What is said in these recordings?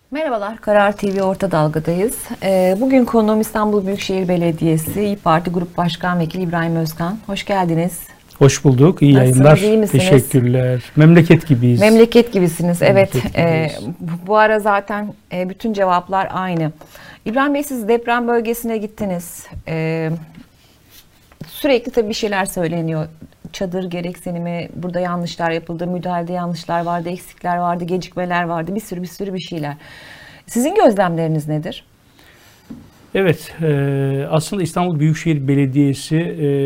Merhabalar, Karar TV Orta Dalga'dayız. Bugün konuğum İstanbul Büyükşehir Belediyesi İYİ Parti Grup Başkan Vekili İbrahim Özkan. Hoş geldiniz. Hoş bulduk, iyi yayınlar. İyi misiniz? Teşekkürler. Memleket gibiyiz. Memleket gibisiniz, evet. Gibiyiz. Bu ara zaten bütün cevaplar aynı. İbrahim Bey, siz deprem bölgesine gittiniz. Sürekli tabii bir şeyler söyleniyor. Çadır gereksinimi, burada yanlışlar yapıldı, müdahalede yanlışlar vardı, eksikler vardı, gecikmeler vardı, bir sürü bir şeyler. Sizin gözlemleriniz nedir? Evet, aslında İstanbul Büyükşehir Belediyesi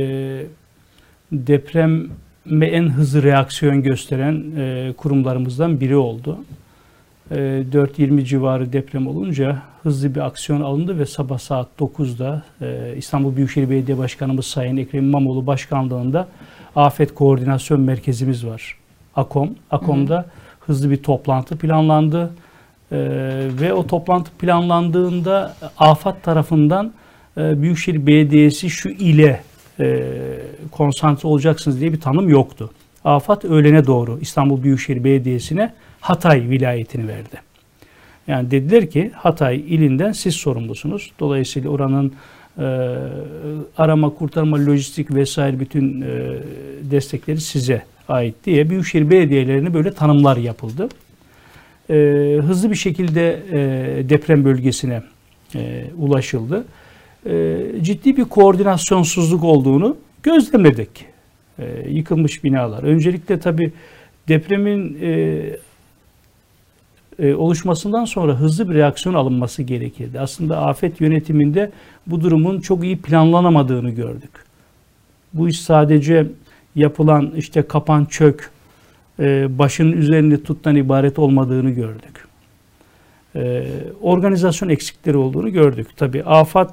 depreme en hızlı reaksiyon gösteren kurumlarımızdan biri oldu. 4.20 civarı deprem olunca hızlı bir aksiyon alındı ve sabah saat 9'da İstanbul Büyükşehir Belediye Başkanımız Sayın Ekrem İmamoğlu başkanlığında Afet Koordinasyon Merkezimiz var. AKOM. AKOM'da hızlı bir toplantı planlandı. Ve o toplantı planlandığında AFAD tarafından Büyükşehir Belediyesi şu ile konsantre olacaksınız diye bir tanım yoktu. AFAD öğlene doğru İstanbul Büyükşehir Belediyesi'ne Hatay vilayetini verdi. Yani dediler ki Hatay ilinden siz sorumlusunuz. Dolayısıyla oranın arama, kurtarma, lojistik vesaire bütün destekleri size ait diye Büyükşehir Belediyelerine böyle tanımlar yapıldı. Hızlı bir şekilde deprem bölgesine ulaşıldı. Ciddi bir koordinasyonsuzluk olduğunu gözlemledik. Yıkılmış binalar. Öncelikle tabii depremin oluşmasından sonra hızlı bir reaksiyon alınması gerekirdi. Aslında afet yönetiminde bu durumun çok iyi planlanamadığını gördük. Bu iş sadece yapılan işte kapan çök, başının üzerinde tuttan ibaret olmadığını gördük. Organizasyon eksikleri olduğunu gördük. Tabii afet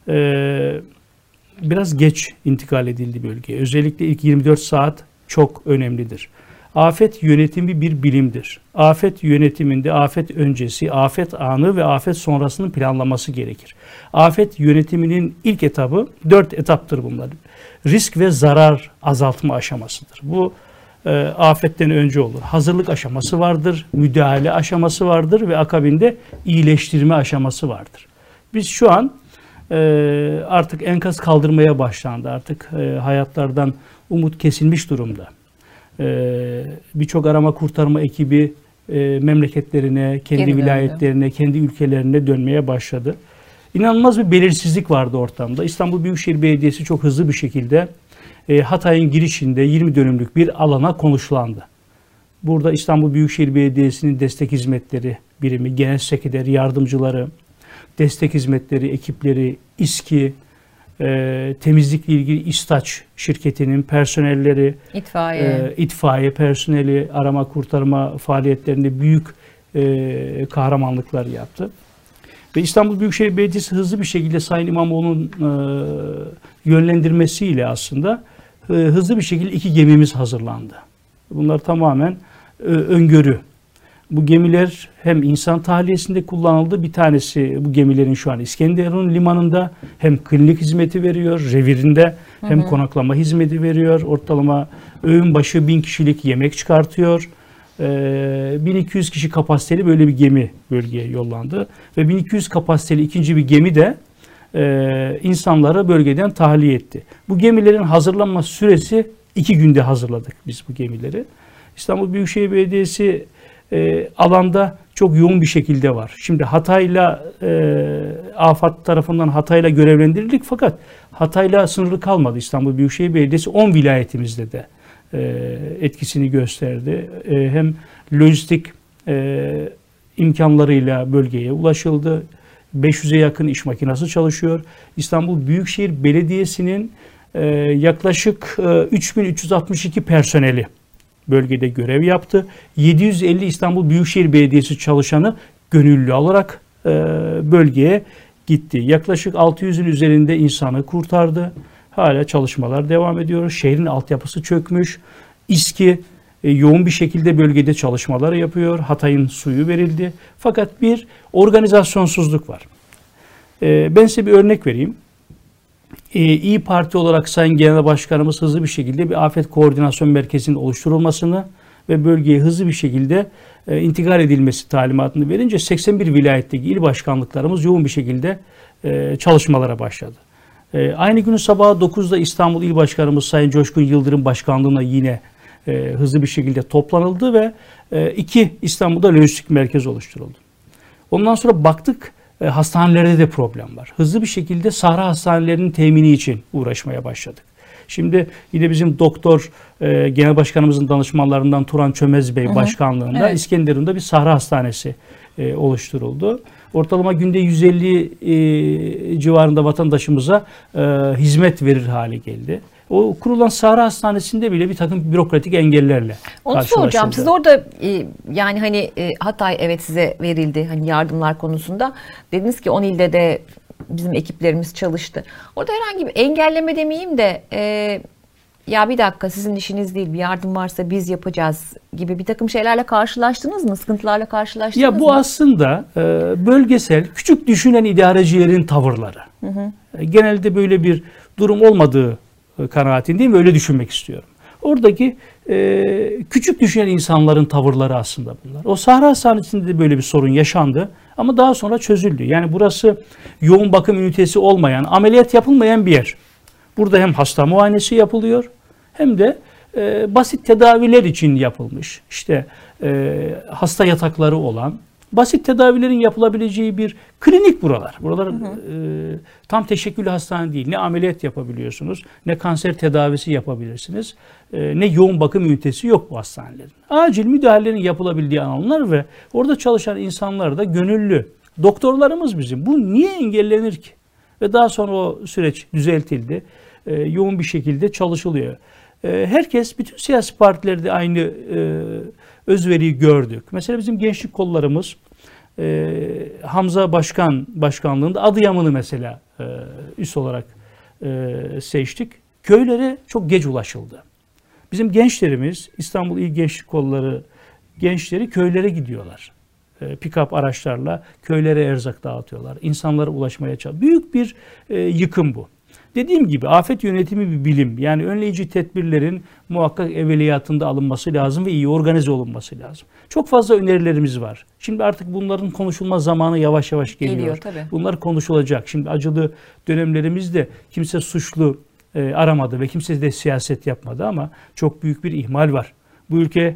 biraz geç intikal edildi bölgeye. Özellikle ilk 24 saat çok önemlidir. Afet yönetimi bir bilimdir. Afet yönetiminde afet öncesi, afet anı ve afet sonrasının planlaması gerekir. Afet yönetiminin ilk etabı 4 etaptır bunlar. Risk ve zarar azaltma aşamasıdır. Bu afetten önce olur. Hazırlık aşaması vardır, müdahale aşaması vardır ve akabinde iyileştirme aşaması vardır. Biz şu an artık enkaz kaldırmaya başlandı. Artık hayatlardan umut kesilmiş durumda. Birçok arama kurtarma ekibi memleketlerine, kendi vilayetlerine, kendi ülkelerine dönmeye başladı. İnanılmaz bir belirsizlik vardı ortamda. İstanbul Büyükşehir Belediyesi çok hızlı bir şekilde Hatay'ın girişinde 20 dönümlük bir alana konuşlandı. Burada İstanbul Büyükşehir Belediyesi'nin destek hizmetleri birimi, genel sekreteri, yardımcıları, destek hizmetleri ekipleri, İSKİ, temizlikle ilgili İSTAÇ şirketinin personelleri, itfaiye personeli, arama kurtarma faaliyetlerinde büyük kahramanlıklar yaptı. Ve İstanbul Büyükşehir Belediyesi hızlı bir şekilde Sayın İmamoğlu'nun yönlendirmesiyle aslında hızlı bir şekilde 2 gemimiz hazırlandı. Bunlar tamamen öngörü. Bu gemiler hem insan tahliyesinde kullanıldı. Bir tanesi bu gemilerin şu an İskenderun limanında hem klinik hizmeti veriyor, revirinde hem konaklama hizmeti veriyor. Ortalama öğün başı 1000 kişilik yemek çıkartıyor. 1200 kişi kapasiteli böyle bir gemi bölgeye yollandı. Ve 1200 kapasiteli ikinci bir gemi de insanları bölgeden tahliye etti. Bu gemilerin hazırlanma süresi 2 günde hazırladık biz bu gemileri. İstanbul Büyükşehir Belediyesi alanda çok yoğun bir şekilde var. Şimdi Hatay'la AFAD tarafından Hatay'la görevlendirildik fakat Hatay'la sınırlı kalmadı. İstanbul Büyükşehir Belediyesi 10 vilayetimizde de etkisini gösterdi. Hem lojistik imkanlarıyla bölgeye ulaşıldı. 500'e yakın iş makinesi çalışıyor. İstanbul Büyükşehir Belediyesi'nin yaklaşık 3362 personeli bölgede görev yaptı. 750 İstanbul Büyükşehir Belediyesi çalışanı gönüllü olarak bölgeye gitti. Yaklaşık 600'ün üzerinde insanı kurtardı. Hala çalışmalar devam ediyor. Şehrin altyapısı çökmüş. İSKİ yoğun bir şekilde bölgede çalışmalar yapıyor. Hatay'ın suyu verildi. Fakat bir organizasyonsuzluk var. Ben size bir örnek vereyim. İYİ Parti olarak Sayın Genel Başkanımız hızlı bir şekilde bir afet koordinasyon merkezinin oluşturulmasını ve bölgeye hızlı bir şekilde intikal edilmesi talimatını verince 81 vilayetteki il başkanlıklarımız yoğun bir şekilde çalışmalara başladı. Aynı günün sabahı 9'da İstanbul İl Başkanımız Sayın Coşkun Yıldırım başkanlığına yine hızlı bir şekilde toplanıldı ve 2 İstanbul'da lojistik merkez oluşturuldu. Ondan sonra baktık hastanelerde de problem var. Hızlı bir şekilde sahra hastanelerinin temini için uğraşmaya başladık. Şimdi yine bizim doktor genel başkanımızın danışmanlarından Turan Çömez Bey başkanlığında İskenderun'da bir sahra hastanesi oluşturuldu. Ortalama günde 150 civarında vatandaşımıza hizmet verir hale geldi. O kurulan Sahra Hastanesi'nde bile bir takım bürokratik engellerle onu soracağım. Siz orada yani hani Hatay evet size verildi hani yardımlar konusunda. Dediniz ki 10 ilde de bizim ekiplerimiz çalıştı. Orada herhangi bir engelleme demeyeyim de ya bir dakika sizin işiniz değil, bir yardım varsa biz yapacağız gibi bir takım şeylerle karşılaştınız mı? Sıkıntılarla karşılaştınız mı? Ya bu aslında bölgesel, küçük düşünen idarecilerin tavırları. Genelde böyle bir durum olmadığı kanaatindeyim, öyle düşünmek istiyorum. Oradaki küçük düşünen insanların tavırları aslında bunlar. O Sahra Hastanesi'nde de böyle bir sorun yaşandı ama daha sonra çözüldü. Yani burası yoğun bakım ünitesi olmayan, ameliyat yapılmayan bir yer. Burada hem hasta muayenesi yapılıyor hem de basit tedaviler için yapılmış. İşte hasta yatakları olan, basit tedavilerin yapılabileceği bir klinik buralar. Buralar tam teşekküllü hastane değil. Ne ameliyat yapabiliyorsunuz, ne kanser tedavisi yapabilirsiniz, ne yoğun bakım ünitesi yok bu hastanelerin. Acil müdahalelerin yapılabildiği alanlar ve orada çalışan insanlar da gönüllü. Doktorlarımız bizim. Bu niye engellenir ki? Ve daha sonra o süreç düzeltildi. Yoğun bir şekilde çalışılıyor. Herkes, bütün siyasi partilerde aynı özveriyi gördük. Mesela bizim gençlik kollarımız Hamza Başkan başkanlığında Adıyaman'ı mesela üs olarak seçtik. Köylere çok geç ulaşıldı. Bizim gençlerimiz, İstanbul İl Gençlik Kolları gençleri köylere gidiyorlar. Pick-up araçlarla köylere erzak dağıtıyorlar. İnsanlara ulaşmaya çalışıyorlar. Büyük bir yıkım bu. Dediğim gibi afet yönetimi bir bilim. Yani önleyici tedbirlerin muhakkak evveliyatında alınması lazım ve iyi organize olunması lazım. Çok fazla önerilerimiz var. Şimdi artık bunların konuşulma zamanı yavaş yavaş geliyor. Tabii. Bunlar konuşulacak. Şimdi acılı dönemlerimizde kimse suçlu aramadı ve kimse de siyaset yapmadı ama çok büyük bir ihmal var. Bu ülke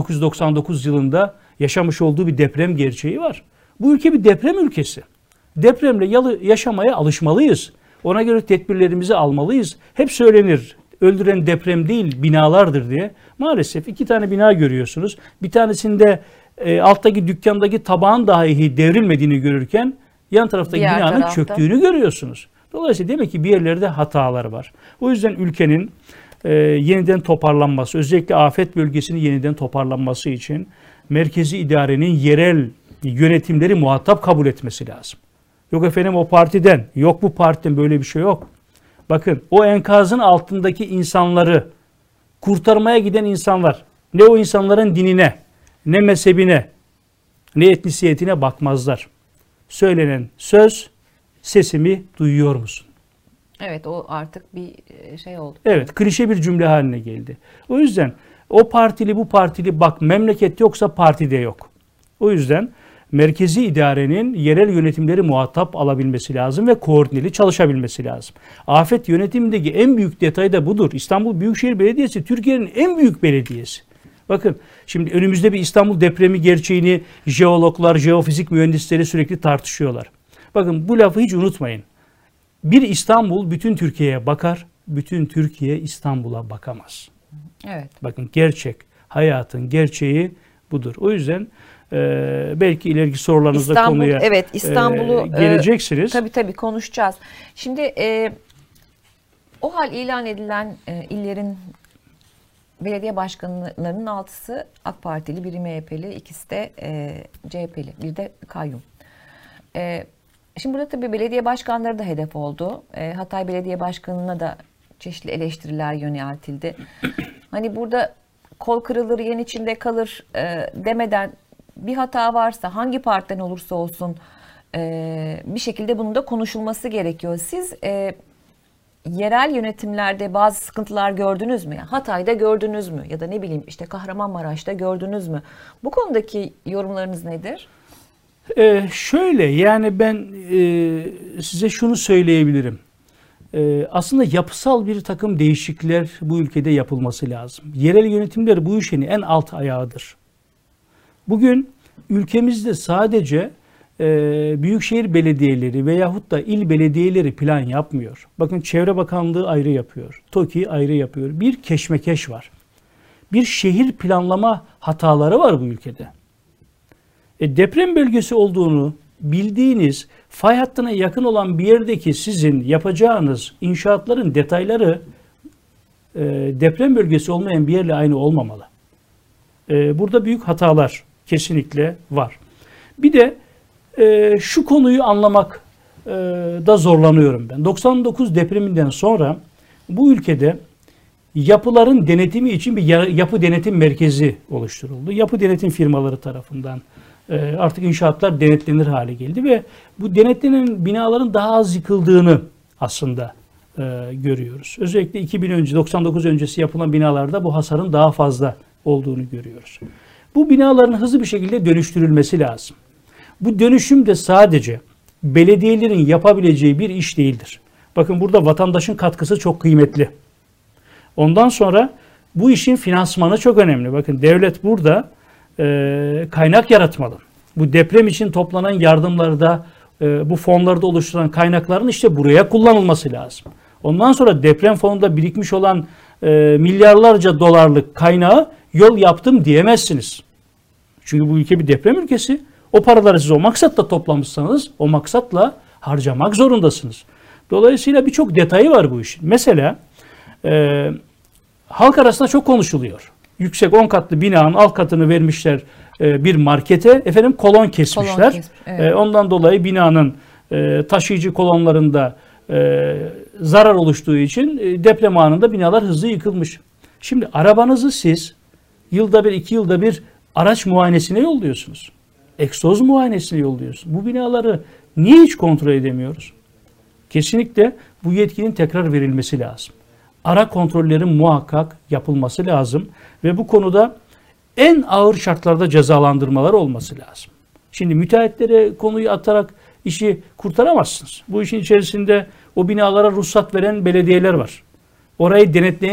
1999 yılında yaşamış olduğu bir deprem gerçeği var. Bu ülke bir deprem ülkesi. Depremle yaşamaya alışmalıyız. Ona göre tedbirlerimizi almalıyız. Hep söylenir, öldüren deprem değil binalardır diye. Maalesef 2 tane bina görüyorsunuz. Bir tanesinde alttaki dükkandaki tabağın dahi devrilmediğini görürken yan taraftaki binanın çöktüğünü görüyorsunuz. Dolayısıyla demek ki bir yerlerde hatalar var. O yüzden ülkenin yeniden toparlanması, özellikle afet bölgesinin yeniden toparlanması için merkezi idarenin yerel yönetimleri muhatap kabul etmesi lazım. Yok efendim o partiden, yok bu partiden, böyle bir şey yok. Bakın o enkazın altındaki insanları kurtarmaya giden insanlar, ne o insanların dinine, ne mezhebine, ne etnisiyetine bakmazlar. Söylenen söz, sesimi duyuyor musun? Evet, o artık bir şey oldu. Evet, klişe bir cümle haline geldi. O yüzden o partili bu partili bak, memleket yoksa parti de yok. O yüzden merkezi idarenin yerel yönetimleri muhatap alabilmesi lazım ve koordineli çalışabilmesi lazım. Afet yönetimindeki en büyük detay da budur. İstanbul Büyükşehir Belediyesi Türkiye'nin en büyük belediyesi. Bakın şimdi önümüzde bir İstanbul depremi gerçeğini jeologlar, jeofizik mühendisleri sürekli tartışıyorlar. Bakın bu lafı hiç unutmayın. Bir İstanbul bütün Türkiye'ye bakar, bütün Türkiye İstanbul'a bakamaz. Evet. Bakın gerçek, hayatın gerçeği budur. O yüzden belki ileriki sorularınızda konuya İstanbul'u geleceksiniz. Tabii konuşacağız. Şimdi o hal ilan edilen illerin belediye başkanlarının 6'sı AK Partili, biri MHP'li, ikisi de CHP'li, bir de kayyum. Şimdi burada tabii belediye başkanları da hedef oldu. Hatay Belediye Başkanı'na da çeşitli eleştiriler yöneltildi. Hani burada kol kırılır, yen içinde kalır demeden bir hata varsa hangi partiden olursa olsun bir şekilde bunun da konuşulması gerekiyor. Siz yerel yönetimlerde bazı sıkıntılar gördünüz mü? Yani Hatay'da gördünüz mü? Ya da ne bileyim işte Kahramanmaraş'ta gördünüz mü? Bu konudaki yorumlarınız nedir? Şöyle yani ben size şunu söyleyebilirim. Aslında yapısal bir takım değişiklikler bu ülkede yapılması lazım. Yerel yönetimler bu işin en alt ayağıdır. Bugün ülkemizde sadece büyükşehir belediyeleri veyahut da il belediyeleri plan yapmıyor. Bakın Çevre Bakanlığı ayrı yapıyor. TOKİ ayrı yapıyor. Bir keşmekeş var. Bir şehir planlama hataları var bu ülkede. Deprem bölgesi olduğunu bildiğiniz, fay hattına yakın olan bir yerdeki sizin yapacağınız inşaatların detayları deprem bölgesi olmayan bir yerle aynı olmamalı. Burada büyük hatalar kesinlikle var. Bir de şu konuyu anlamak da zorlanıyorum ben. 99 depreminden sonra bu ülkede yapıların denetimi için bir yapı denetim merkezi oluşturuldu. Yapı denetim firmaları tarafından artık inşaatlar denetlenir hale geldi ve bu denetlenen binaların daha az yıkıldığını aslında görüyoruz. Özellikle 2000 önce, 99 öncesi yapılan binalarda bu hasarın daha fazla olduğunu görüyoruz. Bu binaların hızlı bir şekilde dönüştürülmesi lazım. Bu dönüşüm de sadece belediyelerin yapabileceği bir iş değildir. Bakın burada vatandaşın katkısı çok kıymetli. Ondan sonra bu işin finansmanı çok önemli. Bakın devlet burada kaynak yaratmalı. Bu deprem için toplanan yardımlarda, bu fonlarda oluşturulan kaynakların işte buraya kullanılması lazım. Ondan sonra deprem fonunda birikmiş olan milyarlarca dolarlık kaynağı yol yaptım diyemezsiniz. Çünkü bu ülke bir deprem ülkesi. O paraları siz o maksatla toplamışsanız o maksatla harcamak zorundasınız. Dolayısıyla birçok detayı var bu işin. Mesela halk arasında çok konuşuluyor. Yüksek 10 katlı binanın alt katını vermişler bir markete. Efendim kolon kesmişler. Evet. Ondan dolayı binanın taşıyıcı kolonlarında zarar oluştuğu için deprem anında binalar hızlı yıkılmış. Şimdi arabanızı siz yılda bir, 2 yılda bir araç muayenesine yolluyorsunuz. Egzoz muayenesine yolluyorsunuz. Bu binaları niye hiç kontrol edemiyoruz? Kesinlikle bu yetkinin tekrar verilmesi lazım. Ara kontrollerin muhakkak yapılması lazım ve bu konuda en ağır şartlarda cezalandırmalar olması lazım. Şimdi müteahhitlere konuyu atarak işi kurtaramazsınız. Bu işin içerisinde o binalara ruhsat veren belediyeler var. Orayı denetleyen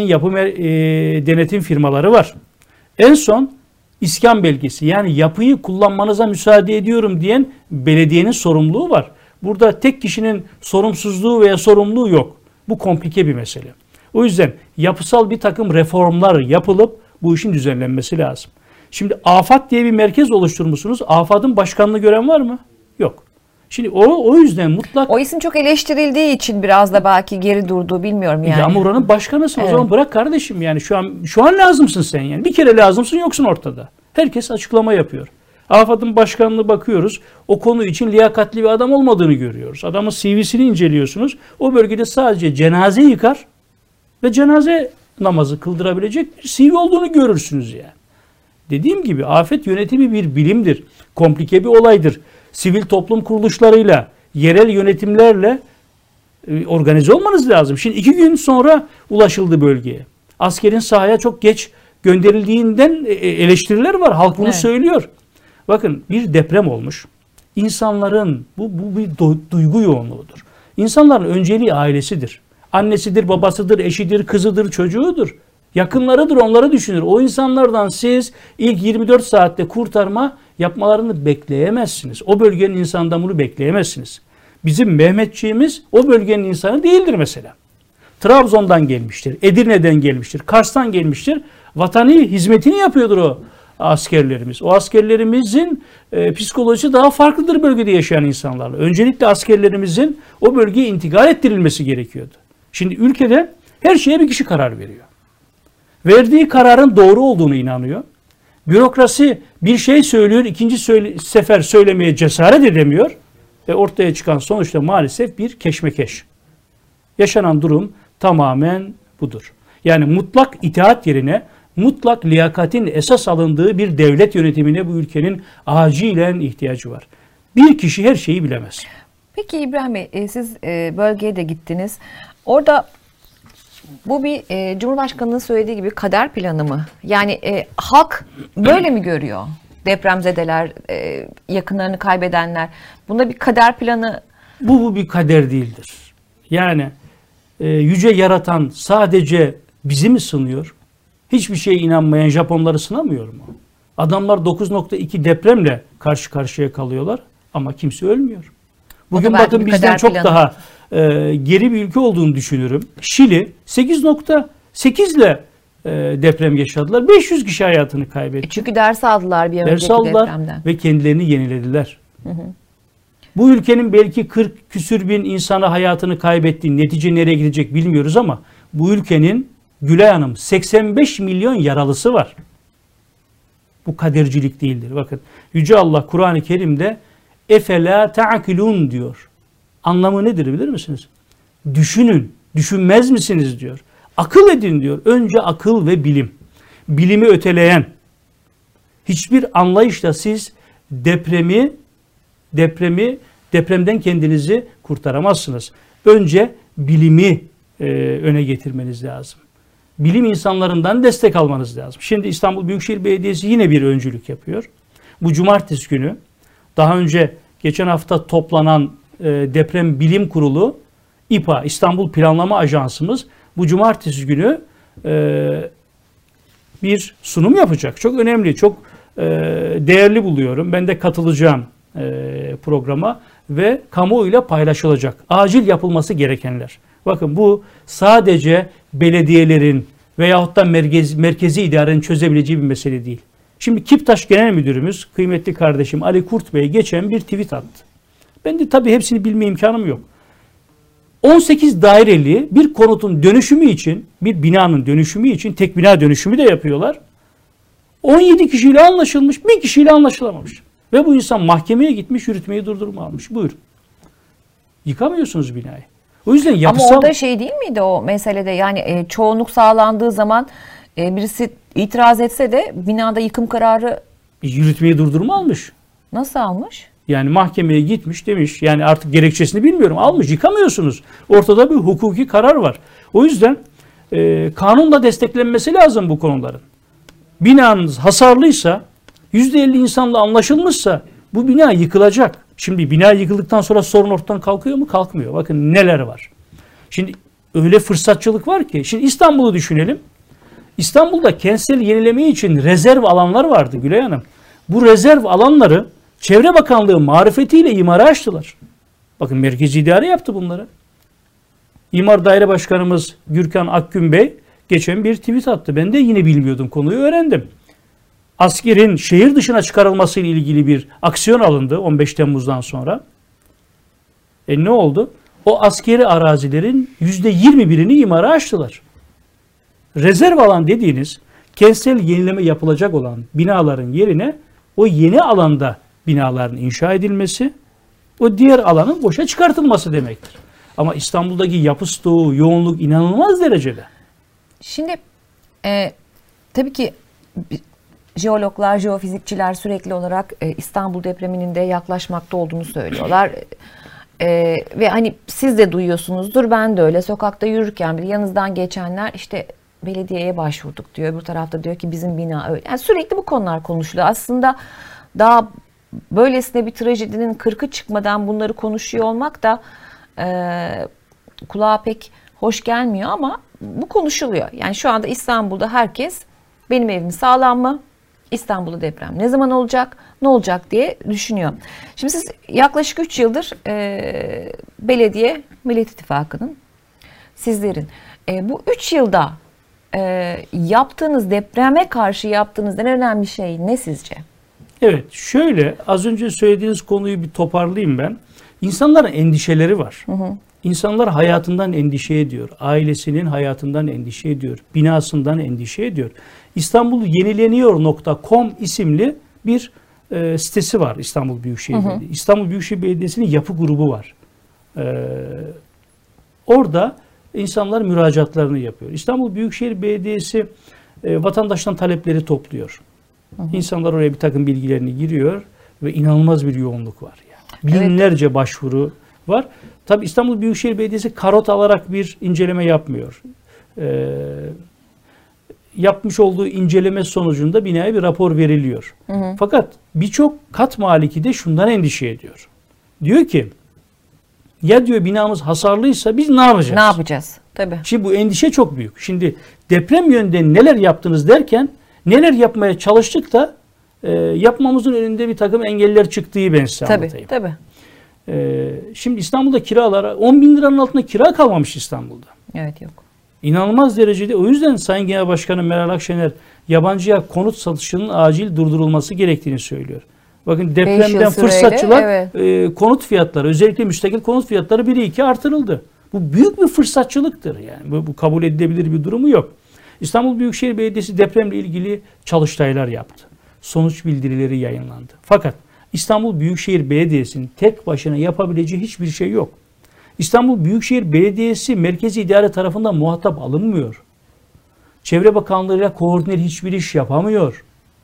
denetim firmaları var. En son iskan belgesi, yani yapıyı kullanmanıza müsaade ediyorum diyen belediyenin sorumluluğu var. Burada tek kişinin sorumsuzluğu veya sorumluluğu yok. Bu komplike bir mesele. O yüzden yapısal bir takım reformlar yapılıp bu işin düzenlenmesi lazım. Şimdi AFAD diye bir merkez oluşturmuşsunuz. AFAD'ın başkanlığı gören var mı? Yok. Şimdi o yüzden mutlak... O isim çok eleştirildiği için biraz da belki geri durdu, bilmiyorum yani. Ama oranın başkanısın, evet. O zaman bırak kardeşim, yani şu an lazımsın sen yani. Bir kere lazımsın, yoksun ortada. Herkes açıklama yapıyor. AFAD'ın başkanlığı bakıyoruz. O konu için liyakatli bir adam olmadığını görüyoruz. Adamın CV'sini inceliyorsunuz. O bölgede sadece cenaze yıkar ve cenaze namazı kıldırabilecek bir CV olduğunu görürsünüz yani. Dediğim gibi afet yönetimi bir bilimdir. Komplike bir olaydır. Sivil toplum kuruluşlarıyla, yerel yönetimlerle organize olmanız lazım. Şimdi 2 gün sonra ulaşıldı bölgeye. Askerin sahaya çok geç gönderildiğinden eleştiriler var. Halk bunu söylüyor. Bakın bir deprem olmuş. İnsanların bu bir duygu yoğunluğudur. İnsanların önceliği ailesidir. Annesidir, babasıdır, eşidir, kızıdır, çocuğudur. Yakınlarıdır, onları düşünür. O insanlardan siz ilk 24 saatte kurtarma yapmalarını bekleyemezsiniz. O bölgenin insanından bunu bekleyemezsiniz. Bizim Mehmetçiğimiz o bölgenin insanı değildir mesela. Trabzon'dan gelmiştir, Edirne'den gelmiştir, Kars'tan gelmiştir. Vatani hizmetini yapıyordur o askerlerimiz. O askerlerimizin psikolojisi daha farklıdır bölgede yaşayan insanlarla. Öncelikle askerlerimizin o bölgeye intikal ettirilmesi gerekiyordu. Şimdi ülkede her şeye bir kişi karar veriyor. Verdiği kararın doğru olduğunu inanıyor. Bürokrasi bir şey söylüyor, ikinci sefer söylemeye cesaret edemiyor. Ve ortaya çıkan sonuçta maalesef bir keşmekeş. Yaşanan durum tamamen budur. Yani mutlak itaat yerine mutlak liyakatin esas alındığı bir devlet yönetimine bu ülkenin acilen ihtiyacı var. Bir kişi her şeyi bilemez. Peki İbrahim Bey, siz bölgeye de gittiniz. Orada bu bir Cumhurbaşkanı'nın söylediği gibi kader planı mı? Yani halk böyle mi görüyor? Depremzedeler, yakınlarını kaybedenler. Bunda bir kader planı... Bu bir kader değildir. Yani yüce yaratan sadece bizi mi sınıyor? Hiçbir şeye inanmayan Japonları sınamıyor mu? Adamlar 9.2 depremle karşı karşıya kalıyorlar ama kimse ölmüyor. Bugün bakın bizden çok daha geri bir ülke olduğunu düşünürüm. Şili 8.8 ile deprem yaşadılar. 500 kişi hayatını kaybetti. Çünkü ders aldılar bir önceki depremden. Ve kendilerini yenilediler. Bu ülkenin belki 40 küsür bin insanı hayatını kaybettiği, netice nereye gidecek bilmiyoruz ama bu ülkenin Gülay Hanım 85 milyon yaralısı var. Bu kadercilik değildir. Bakın Yüce Allah Kur'an-ı Kerim'de efela ta'kilun diyor. Anlamı nedir bilir misiniz? Düşünün, düşünmez misiniz diyor. Akıl edin diyor. Önce akıl ve bilim. Bilimi öteleyen hiçbir anlayışla siz depremden kendinizi kurtaramazsınız. Önce bilimi öne getirmeniz lazım. Bilim insanlarından destek almanız lazım. Şimdi İstanbul Büyükşehir Belediyesi yine bir öncülük yapıyor. Bu cumartesi günü daha önce geçen hafta toplanan Deprem Bilim Kurulu İPA İstanbul Planlama Ajansımız bu cumartesi günü bir sunum yapacak. Çok önemli, çok değerli buluyorum. Ben de katılacağım programa ve kamuoyuyla paylaşılacak. Acil yapılması gerekenler. Bakın bu sadece belediyelerin veyahut da merkezi idarenin çözebileceği bir mesele değil. Şimdi Kiptaş Genel Müdürümüz kıymetli kardeşim Ali Kurt Bey geçen bir tweet attı. Ben de tabii hepsini bilme imkanım yok. 18 daireli bir konutun dönüşümü için, bir binanın dönüşümü için tek bina dönüşümü de yapıyorlar. 17 kişiyle anlaşılmış, bir kişiyle anlaşılamamış. Ve bu insan mahkemeye gitmiş, yürütmeyi durdurma almış. Buyurun. Yıkamıyorsunuz binayı. O yüzden yapısal... Ama orada şey değil miydi o meselede? Yani çoğunluk sağlandığı zaman birisi itiraz etse de binada yıkım kararı... Yürütmeyi durdurma almış. Nasıl almış? Yani mahkemeye gitmiş demiş. Yani artık gerekçesini bilmiyorum. Almış, yıkamıyorsunuz. Ortada bir hukuki karar var. O yüzden kanunla desteklenmesi lazım bu konuların. Binanız hasarlıysa, %50 insanla anlaşılmışsa bu bina yıkılacak. Şimdi bina yıkıldıktan sonra sorun ortadan kalkıyor mu? Kalkmıyor. Bakın neler var. Şimdi öyle fırsatçılık var ki. Şimdi İstanbul'u düşünelim. İstanbul'da kentsel yenileme için rezerv alanlar vardı Gülay Hanım. Bu rezerv alanları Çevre Bakanlığı marifetiyle imara açtılar. Bakın merkezi idare yaptı bunları. İmar Daire Başkanımız Gürkan Akgün Bey geçen bir tweet attı. Ben de yine bilmiyordum, konuyu öğrendim. Askerin şehir dışına çıkarılması ile ilgili bir aksiyon alındı 15 Temmuz'dan sonra. Ne oldu? O askeri arazilerin %21'ini imara açtılar. Rezerv alan dediğiniz kentsel yenileme yapılacak olan binaların yerine o yeni alanda binaların inşa edilmesi, o diğer alanın boşa çıkartılması demektir. Ama İstanbul'daki yapı stoğu, yoğunluk inanılmaz derecede. Şimdi tabii ki jeologlar, jeofizikçiler sürekli olarak İstanbul depreminin de yaklaşmakta olduğunu söylüyorlar. Ve hani siz de duyuyorsunuzdur, ben de öyle. Sokakta yürürken bir yanınızdan geçenler işte belediyeye başvurduk diyor. Öbür tarafta diyor ki bizim bina öyle. Yani sürekli bu konular konuşuluyor. Aslında daha böylesine bir trajedinin 40'ı çıkmadan bunları konuşuyor olmak da kulağa pek hoş gelmiyor ama bu konuşuluyor. Yani şu anda İstanbul'da herkes benim evim sağlam mı? İstanbul'da deprem ne zaman olacak? Ne olacak diye düşünüyor. Şimdi siz yaklaşık 3 yıldır belediye, Millet İttifakı'nın, sizlerin bu 3 yılda yaptığınız, depreme karşı yaptığınız en önemli şey ne sizce? Evet, şöyle az önce söylediğiniz konuyu bir toparlayayım ben. İnsanların endişeleri var. İnsanlar hayatından endişe ediyor. Ailesinin hayatından endişe ediyor. Binasından endişe ediyor. İstanbulyeniLeniyor.com isimli bir sitesi var İstanbul Büyükşehir Belediyesi. İstanbul Büyükşehir Belediyesi'nin yapı grubu var. Orada insanlar müracaatlarını yapıyor. İstanbul Büyükşehir Belediyesi vatandaştan talepleri topluyor. İnsanlar oraya bir takım bilgilerini giriyor ve inanılmaz bir yoğunluk var. Yani. Binlerce başvuru var. Tabii İstanbul Büyükşehir Belediyesi karot alarak bir inceleme yapmıyor. Yapmış olduğu inceleme sonucunda binaya bir rapor veriliyor. Fakat birçok kat maliki de şundan endişe ediyor. Diyor ki ya diyor binamız hasarlıysa biz ne yapacağız? Ne yapacağız? Tabii. Şimdi bu endişe çok büyük. Şimdi deprem yönünden neler yaptınız derken neler yapmaya çalıştık da yapmamızın önünde bir takım engeller çıktığı ben size anlatayım. Tabii. Şimdi İstanbul'da kiralar 10 bin liranın altında kira kalmamış İstanbul'da. Evet, yok. İnanılmaz derecede. O yüzden Sayın Genel Başkanı Meral Akşener yabancıya konut satışının acil durdurulması gerektiğini söylüyor. Bakın depremden fırsatçılar konut fiyatları, özellikle müstakil konut fiyatları 1'e 2 artırıldı. Bu büyük bir fırsatçılıktır. Yani bu kabul edilebilir bir durumu yok. İstanbul Büyükşehir Belediyesi depremle ilgili çalıştaylar yaptı. Sonuç bildirileri yayınlandı. Fakat İstanbul Büyükşehir Belediyesi'nin tek başına yapabileceği hiçbir şey yok. İstanbul Büyükşehir Belediyesi merkezi idare tarafından muhatap alınmıyor. Çevre Bakanlığı'yla koordineli hiçbir iş yapamıyor.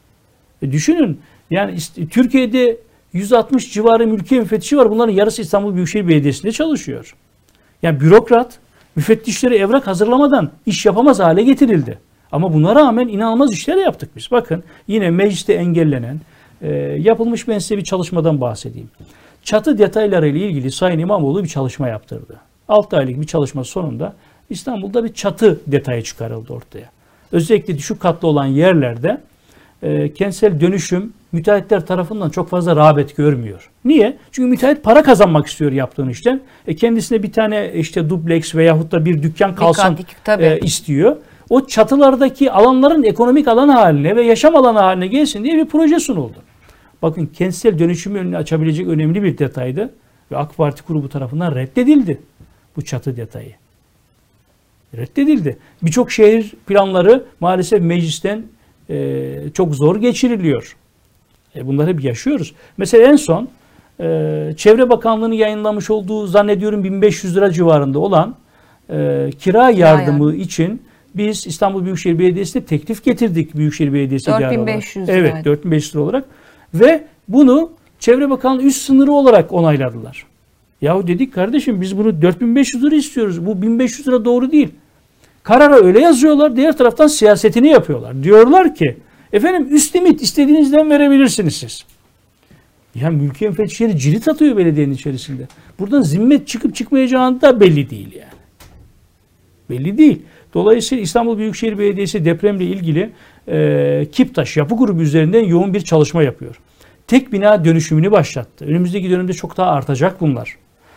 Düşünün yani Türkiye'de 160 civarı mülkiye müfettişi var. Bunların yarısı İstanbul Büyükşehir Belediyesi'nde çalışıyor. Yani bürokrat müfettişlere evrak hazırlamadan iş yapamaz hale getirildi. Ama buna rağmen inanılmaz işler yaptık biz. Bakın yine mecliste engellenen yapılmış, ben size bir çalışmadan bahsedeyim. Çatı detayları ile ilgili Sayın İmamoğlu bir çalışma yaptırdı. 6 aylık bir çalışma sonunda İstanbul'da bir çatı detayı çıkarıldı ortaya. Özellikle düşük katlı olan yerlerde kentsel dönüşüm müteahhitler tarafından çok fazla rağbet görmüyor. Niye? Çünkü müteahhit para kazanmak istiyor yaptığın işten. Kendisine bir tane işte dubleks veyahut da bir dükkan kalsın istiyor. O çatılardaki alanların ekonomik alan haline ve yaşam alanı haline gelsin diye bir proje sunuldu. Bakın kentsel dönüşümü önünü açabilecek önemli bir detaydı ve AK Parti grubu tarafından reddedildi bu çatı detayı. Reddedildi. Birçok şehir planları maalesef meclisten çok zor geçiriliyor. Bunları hep yaşıyoruz. Mesela en son Çevre Bakanlığı'nın yayınlamış olduğu zannediyorum 1500 lira civarında olan kira yardımı için biz İstanbul Büyükşehir Belediyesi'ne teklif getirdik. Büyükşehir Belediyesi 4500 lira. Evet, 4500 lira olarak ve bunu Çevre Bakanlığı üst sınırı olarak onayladılar. Yahu dedik kardeşim biz bunu 4500 lira istiyoruz. Bu 1500 lira doğru değil. Karara öyle yazıyorlar. Diğer taraftan siyasetini yapıyorlar. Diyorlar ki efendim üst limit istediğinizden verebilirsiniz siz. Ya mülkiye müfettişleri cirit atıyor belediyenin içerisinde. Buradan zimmet çıkıp çıkmayacağını da belli değil yani. Belli değil. Dolayısıyla İstanbul Büyükşehir Belediyesi depremle ilgili Kiptaş Yapı Grubu üzerinden yoğun bir çalışma yapıyor. Tek bina dönüşümünü başlattı. Önümüzdeki dönemde çok daha artacak bunlar.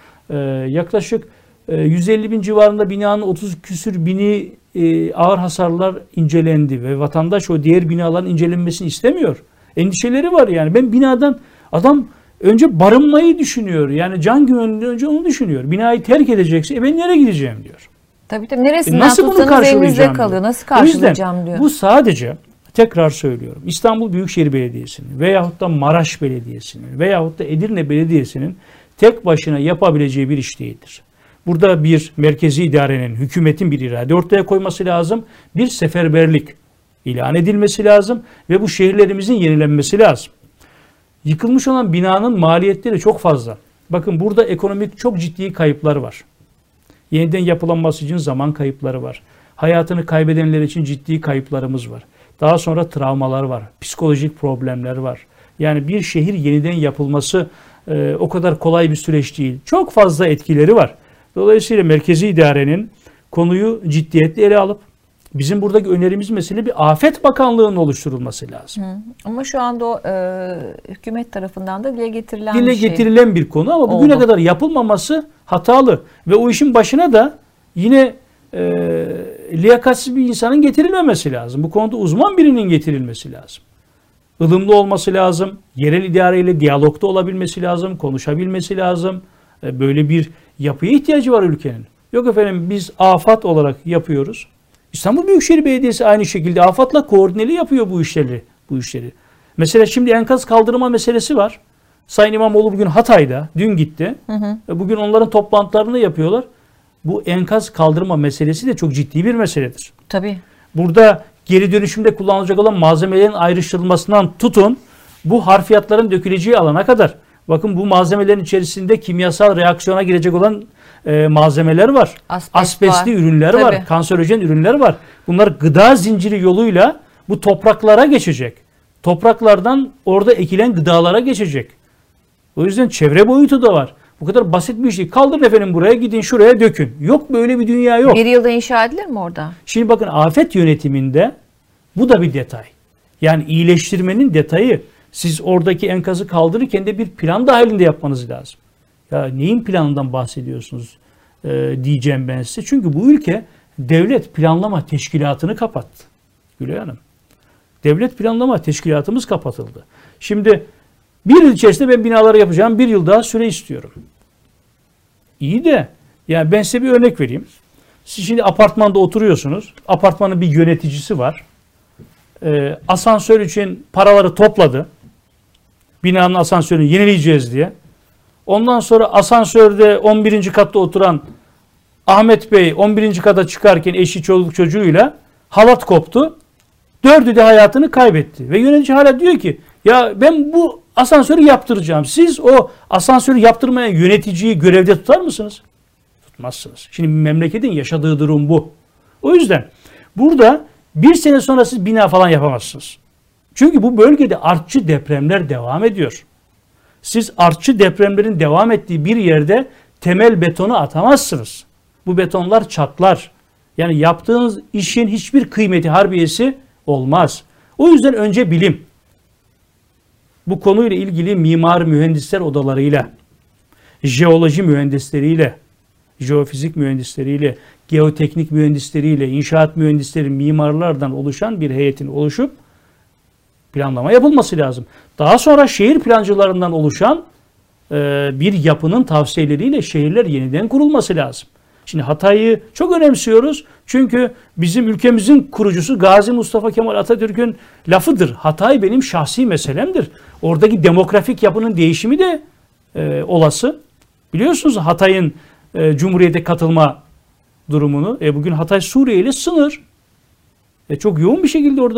Yaklaşık 150 bin civarında binanın 30 küsür bini ağır hasarlar incelendi ve vatandaş o diğer binaların incelenmesini istemiyor. Endişeleri var yani. Ben binadan adam önce barınmayı düşünüyor. Yani can güvenliğinden önce onu düşünüyor. Binayı terk edecekse ben nereye gideceğim diyor. Tabii neresinden nasıl bunu karşılayacağım kalıyor. Diyor. Nasıl karşılayacağım diyor. Bu sadece tekrar söylüyorum. İstanbul Büyükşehir Belediyesi'nin veyahut da Maraş Belediyesi'nin veyahut da Edirne Belediyesi'nin tek başına yapabileceği bir iş değildir. Burada bir merkezi idarenin, hükümetin bir irade ortaya koyması lazım. Bir seferberlik ilan edilmesi lazım ve bu şehirlerimizin yenilenmesi lazım. Yıkılmış olan binanın maliyetleri çok fazla. Bakın burada ekonomik çok ciddi kayıplar var. Yeniden yapılanması için zaman kayıpları var. Hayatını kaybedenler için ciddi kayıplarımız var. Daha sonra travmalar var. Psikolojik problemler var. Yani bir şehir yeniden yapılması o kadar kolay bir süreç değil. Çok fazla etkileri var. Dolayısıyla merkezi idarenin konuyu ciddiyetle ele alıp bizim buradaki önerimiz mesela bir Afet Bakanlığı'nın oluşturulması lazım. Ama şu anda o hükümet tarafından da dile getirilen bir konu ama bugüne kadar yapılmaması hatalı ve o işin başına da yine liyakatsiz bir insanın getirilmemesi lazım. Bu konuda uzman birinin getirilmesi lazım. Ilımlı olması lazım. Yerel idareyle diyalogda olabilmesi lazım. Konuşabilmesi lazım. Böyle bir yapıya ihtiyacı var ülkenin. Yok efendim biz AFAD olarak yapıyoruz. İstanbul Büyükşehir Belediyesi aynı şekilde AFAD'la koordineli yapıyor bu işleri. Mesela şimdi enkaz kaldırma meselesi var. Sayın İmamoğlu bugün Hatay'da, dün gitti. Bugün onların toplantılarını yapıyorlar. Bu enkaz kaldırma meselesi de çok ciddi bir meseledir. Tabii. Burada geri dönüşümde kullanılacak olan malzemelerin ayrıştırılmasından tutun, bu harfiyatların döküleceği alana kadar, Bakın bu malzemelerin içerisinde kimyasal reaksiyona girecek olan malzemeler var. Asbestli var. ürünler Tabii. var. Kanserojen ürünler var. Bunlar gıda zinciri yoluyla bu topraklara geçecek. Topraklardan orada ekilen gıdalara geçecek. O yüzden çevre boyutu da var. Bu kadar basit bir şey. Kaldırın efendim buraya, gidin şuraya dökün. Yok, böyle bir dünya yok. Bir yılda inşa edilir mi orada? Şimdi bakın, afet yönetiminde bu da bir detay. Yani iyileştirmenin detayı. Siz oradaki enkazı kaldırırken de bir plan dahilinde yapmanız lazım. Ya neyin planından bahsediyorsunuz diyeceğim ben size. Çünkü bu ülke devlet planlama teşkilatını kapattı. Gülay Hanım. Devlet planlama teşkilatımız kapatıldı. Şimdi bir yıl içerisinde ben binaları yapacağım. Bir yıl daha süre istiyorum. İyi de yani ben size bir örnek vereyim. Siz şimdi apartmanda oturuyorsunuz. Apartmanın bir yöneticisi var. Asansör için paraları topladı. Binanın asansörünü yenileyeceğiz diye. Ondan sonra asansörde 11. katta oturan Ahmet Bey 11. kata çıkarken eşi, çoluk çocuğuyla halat koptu. 4'ü de hayatını kaybetti. Ve yönetici hala diyor ki ya ben bu asansörü yaptıracağım. Siz o asansörü yaptırmaya yöneticiyi görevde tutar mısınız? Tutmazsınız. Şimdi memleketin yaşadığı durum bu. O yüzden burada bir sene sonra siz bina falan yapamazsınız. Çünkü bu bölgede artçı depremler devam ediyor. Siz artçı depremlerin devam ettiği bir yerde temel betonu atamazsınız. Bu betonlar çatlar. Yani yaptığınız işin hiçbir kıymeti, harbiyesi olmaz. O yüzden önce bilim. Bu konuyla ilgili mimar mühendisler odalarıyla, jeoloji mühendisleriyle, jeofizik mühendisleriyle, geoteknik mühendisleriyle, inşaat mühendisleri, mimarlardan oluşan bir heyetin oluşup planlama yapılması lazım. Daha sonra şehir plancılarından oluşan bir yapının tavsiyeleriyle şehirler yeniden kurulması lazım. Şimdi Hatay'ı çok önemsiyoruz. Çünkü bizim ülkemizin kurucusu Gazi Mustafa Kemal Atatürk'ün lafıdır. Hatay benim şahsi meselemdir. Oradaki demografik yapının değişimi de olası. Biliyorsunuz Hatay'ın Cumhuriyet'e katılma durumunu. Bugün Hatay Suriye ile sınır. Çok yoğun bir şekilde orada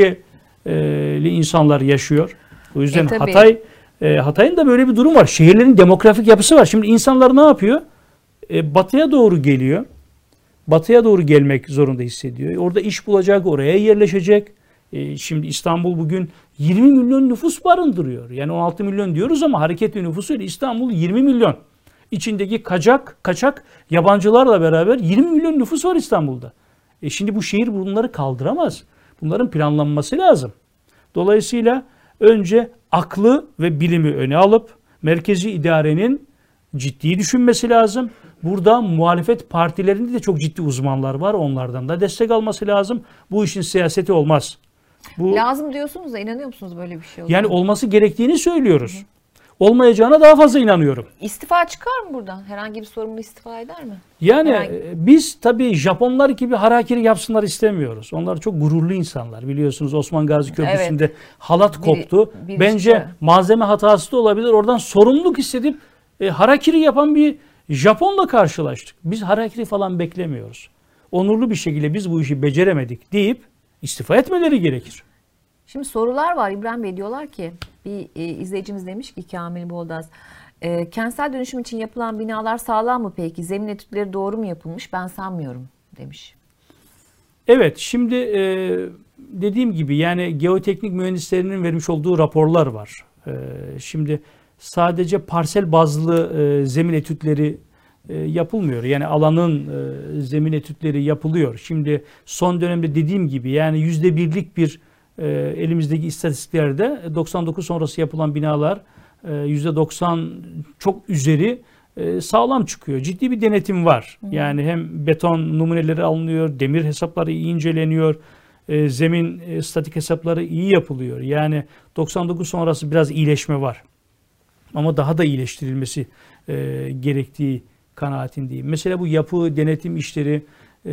Suriyeli insanlar yaşıyor. O yüzden Hatay'ın da böyle bir durum var. Şehirlerin demografik yapısı var. Şimdi insanlar ne yapıyor? Batıya doğru geliyor. Batıya doğru gelmek zorunda hissediyor. Orada iş bulacak, oraya yerleşecek. Şimdi İstanbul bugün 20 milyon nüfus barındırıyor. Yani 16 milyon diyoruz ama hareketli nüfusuyla İstanbul 20 milyon. İçindeki kaçak yabancılarla beraber 20 milyon nüfus var İstanbul'da. Şimdi bu şehir bunları kaldıramaz. Bunların planlanması lazım. Dolayısıyla önce aklı ve bilimi öne alıp merkezi idarenin ciddi düşünmesi lazım. Burada muhalefet partilerinde de çok ciddi uzmanlar var. Onlardan da destek alması lazım. Bu işin siyaseti olmaz. Bu, lazım diyorsunuz da inanıyor musunuz böyle bir şey olduğunu? yani olması gerektiğini söylüyoruz. Olmayacağına daha fazla inanıyorum. İstifa çıkar mı buradan? Herhangi bir sorumlu istifa eder mi? Yani biz tabii Japonlar gibi harakiri yapsınlar istemiyoruz. Onlar çok gururlu insanlar. Biliyorsunuz Osman Gazi Köprüsü'nde halat koptu. Bence malzeme hatası da olabilir. Oradan sorumluluk hissedip harakiri yapan bir Japonla karşılaştık. Biz harakiri falan beklemiyoruz. Onurlu bir şekilde biz bu işi beceremedik deyip istifa etmeleri gerekir. Şimdi sorular var İbrahim Bey, diyorlar ki bir izleyicimiz demiş ki Kamil Boldaz, kentsel dönüşüm için yapılan binalar sağlam mı peki? Zemin etütleri doğru mu yapılmış? Ben sanmıyorum demiş. Evet, şimdi dediğim gibi yani geoteknik mühendislerinin vermiş olduğu raporlar var. Şimdi sadece parsel bazlı zemin etütleri yapılmıyor. Yani alanın zemin etütleri yapılıyor. Şimdi son dönemde dediğim gibi yani %1'lik bir elimizdeki istatistiklerde 99 sonrası yapılan binalar %90 çok üzeri sağlam çıkıyor. Ciddi bir denetim var. Yani hem beton numuneleri alınıyor, demir hesapları iyi inceleniyor, zemin statik hesapları iyi yapılıyor. Yani 99 sonrası biraz iyileşme var. Ama daha da iyileştirilmesi gerektiği kanaatindeyim. Mesela bu yapı denetim işleri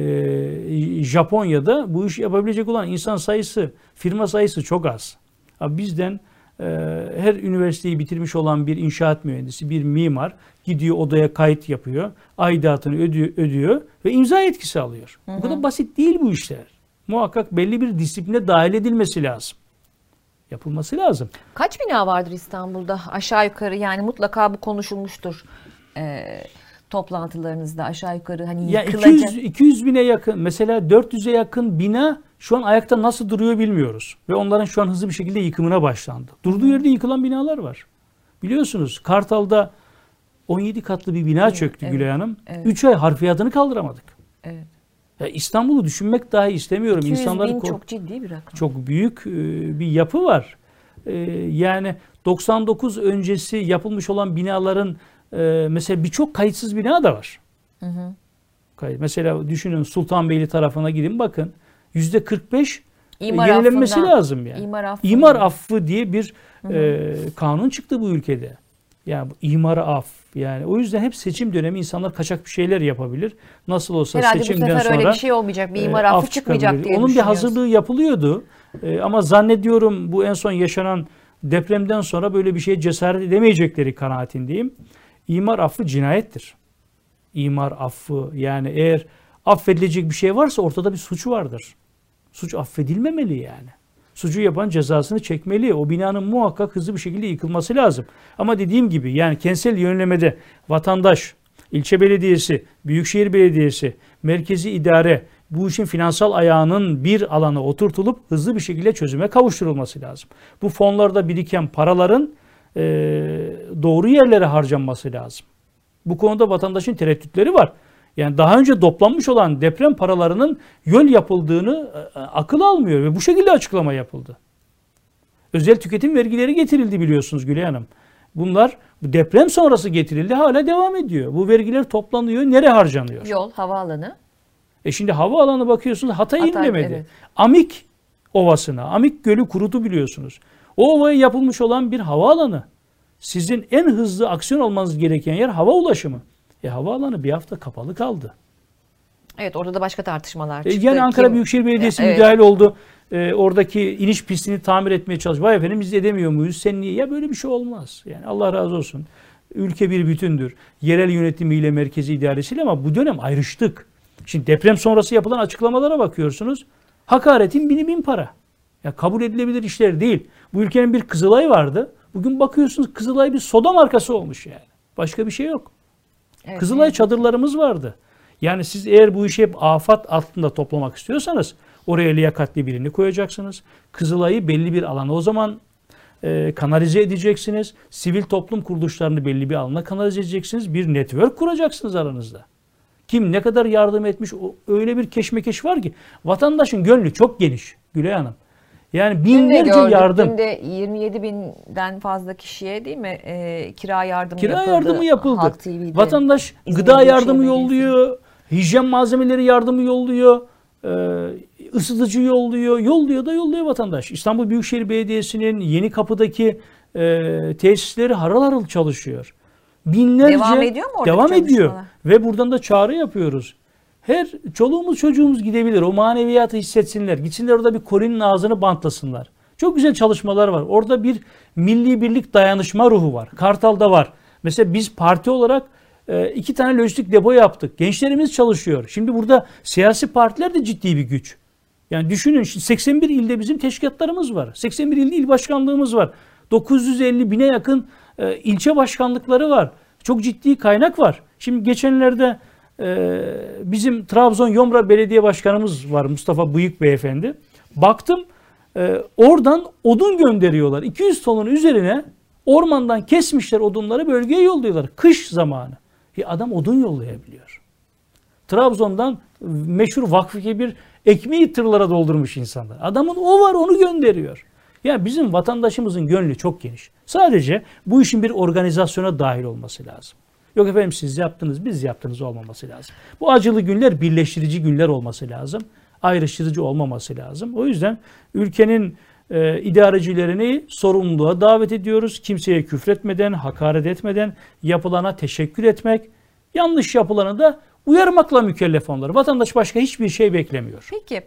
Japonya'da bu işi yapabilecek olan insan sayısı, firma sayısı çok az. Bizden her üniversiteyi bitirmiş olan bir inşaat mühendisi, bir mimar gidiyor odaya kayıt yapıyor, aidatını ödüyor ve imza yetkisi alıyor. Bu kadar basit değil bu işler. Muhakkak belli bir disipline dahil edilmesi lazım. Yapılması lazım. Kaç bina vardır İstanbul'da aşağı yukarı, yani mutlaka bu konuşulmuştur toplantılarınızda, aşağı yukarı hani Ya yıkılacak. 200 bine yakın, mesela 400'e yakın bina şu an ayakta nasıl duruyor bilmiyoruz. Ve onların şu an hızlı bir şekilde yıkımına başlandı. Durduğu yerde yıkılan binalar var. Biliyorsunuz Kartal'da 17 katlı bir bina çöktü, evet, Gülay Hanım. evet. 3 ay harfiyatını kaldıramadık. Evet. Ya İstanbul'u düşünmek dahi istemiyorum. 200 İnsanlar bin çok ciddi bir rakam. çok büyük bir yapı var. Yani 99 öncesi yapılmış olan binaların mesela birçok kayıtsız bina da var. Hı hı. Mesela düşünün, Sultanbeyli tarafına gidin bakın. %45 İmar yenilenmesi affından- lazım yani. İmar affı diye bir kanun çıktı bu ülkede. Yani imar af. Yani o yüzden hep seçim dönemi insanlar kaçak bir şeyler yapabilir. Nasıl olsa Herhalde bu seçimden sefer sonra öyle bir şey olmayacak. Bir imar affı af çıkmayacak çıkabilir. diye Onun bir düşünüyoruz. hazırlığı yapılıyordu. Ama zannediyorum bu en son yaşanan depremden sonra böyle bir şeye cesaret edemeyecekleri kanaatindeyim. İmar affı cinayettir. İmar affı, yani eğer affedilecek bir şey varsa ortada bir suç vardır. Suç affedilmemeli yani. Suçu yapan cezasını çekmeli. O binanın muhakkak hızlı bir şekilde yıkılması lazım. Ama dediğim gibi yani kentsel yönelemede vatandaş, ilçe belediyesi, büyükşehir belediyesi, merkezi idare bu işin finansal ayağının bir alana oturtulup hızlı bir şekilde çözüme kavuşturulması lazım. Bu fonlarda biriken paraların doğru yerlere harcanması lazım. Bu konuda vatandaşın tereddütleri var. Yani daha önce toplanmış olan deprem paralarının yol yapıldığını akıl almıyor ve bu şekilde açıklama yapıldı. Özel tüketim vergileri getirildi biliyorsunuz Gülay Hanım. Bunlar deprem sonrası getirildi, hala devam ediyor. Bu vergiler toplanıyor, nereye harcanıyor? Yol, havaalanı. Şimdi havaalanı bakıyorsunuz, Hatay yenilemedi. Evet. Amik Ovası'na, Amik Gölü kurudu biliyorsunuz. O ovaya yapılmış olan bir havaalanı. Sizin en hızlı aksiyon almanız gereken yer hava ulaşımı. Havaalanı bir hafta kapalı kaldı. Evet, orada da başka tartışmalar çıktı. Yani Ankara Büyükşehir Belediyesi Evet. müdahil oldu. Oradaki iniş pistini tamir etmeye çalıştı. Vay efendim, biz edemiyor muyuz? Sen niye? Ya böyle bir şey olmaz. Yani Allah razı olsun. Ülke bir bütündür. Yerel yönetimiyle, merkezi idaresiyle, ama bu dönem ayrıştık. Şimdi deprem sonrası yapılan açıklamalara bakıyorsunuz. Hakaretin bini bin para. Ya kabul edilebilir işler değil. Bu ülkenin bir Kızılay vardı. Bugün bakıyorsunuz Kızılay bir soda markası olmuş yani. Başka bir şey yok. Evet, Kızılay evet. çadırlarımız vardı. Yani siz eğer bu işi hep afat altında toplamak istiyorsanız oraya liyakatli birini koyacaksınız. Kızılay'ı belli bir alana o zaman kanalize edeceksiniz. Sivil toplum kuruluşlarını belli bir alana kanalize edeceksiniz. Bir network kuracaksınız aranızda. Kim ne kadar yardım etmiş, öyle bir keşmekeş var ki. Vatandaşın gönlü çok geniş Gülay Hanım. Yani binlerce yardım. Dün de 27 binden fazla kişiye değil mi kira yardımı Kira yapıldı. yardımı yapıldı. Halk TV'de. Vatandaş İzmir gıda Büyükşehir yardımı Belediyesi. yolluyor, hijyen malzemeleri yardımı yolluyor, ısıtıcı yolluyor vatandaş. İstanbul Büyükşehir Belediyesi'nin Yenikapı'daki tesisleri harıl harıl çalışıyor. Binlerce Devam ediyor mu oradaki devam ediyor çalışmalar? ve buradan da çağrı yapıyoruz. Her çoluğumuz çocuğumuz gidebilir. O maneviyatı hissetsinler. Gitsinler orada bir kolinin ağzını bantlasınlar. Çok güzel çalışmalar var. Orada bir milli birlik, dayanışma ruhu var. Kartal'da var. Mesela biz parti olarak 2 tane lojistik depo yaptık. Gençlerimiz çalışıyor. Şimdi burada siyasi partiler de ciddi bir güç. Yani düşünün, 81 ilde bizim teşkilatlarımız var. 81 ilde il başkanlığımız var. 950 bine yakın ilçe başkanlıkları var. Çok ciddi kaynak var. Şimdi geçenlerde bizim Trabzon Yomra Belediye Başkanımız var, Mustafa Bıyık Beyefendi. Baktım oradan odun gönderiyorlar. 200 tonun üzerine ormandan kesmişler odunları, bölgeye yolluyorlar. Kış zamanı. Adam odun yollayabiliyor. Trabzon'dan meşhur Vakfı Kebir ekmeği tırlara doldurmuş insanlar. Adamın o var, onu gönderiyor. Yani bizim vatandaşımızın gönlü çok geniş. Sadece bu işin bir organizasyona dahil olması lazım. Yok efendim siz yaptınız, biz yaptınız olmaması lazım. Bu acılı günler birleştirici günler olması lazım. Ayrıştırıcı olmaması lazım. O yüzden ülkenin idarecilerini sorumluluğa davet ediyoruz. Kimseye küfretmeden, hakaret etmeden yapılana teşekkür etmek, yanlış yapılanı da uyarmakla mükellef onlar. Vatandaş başka hiçbir şey beklemiyor. Peki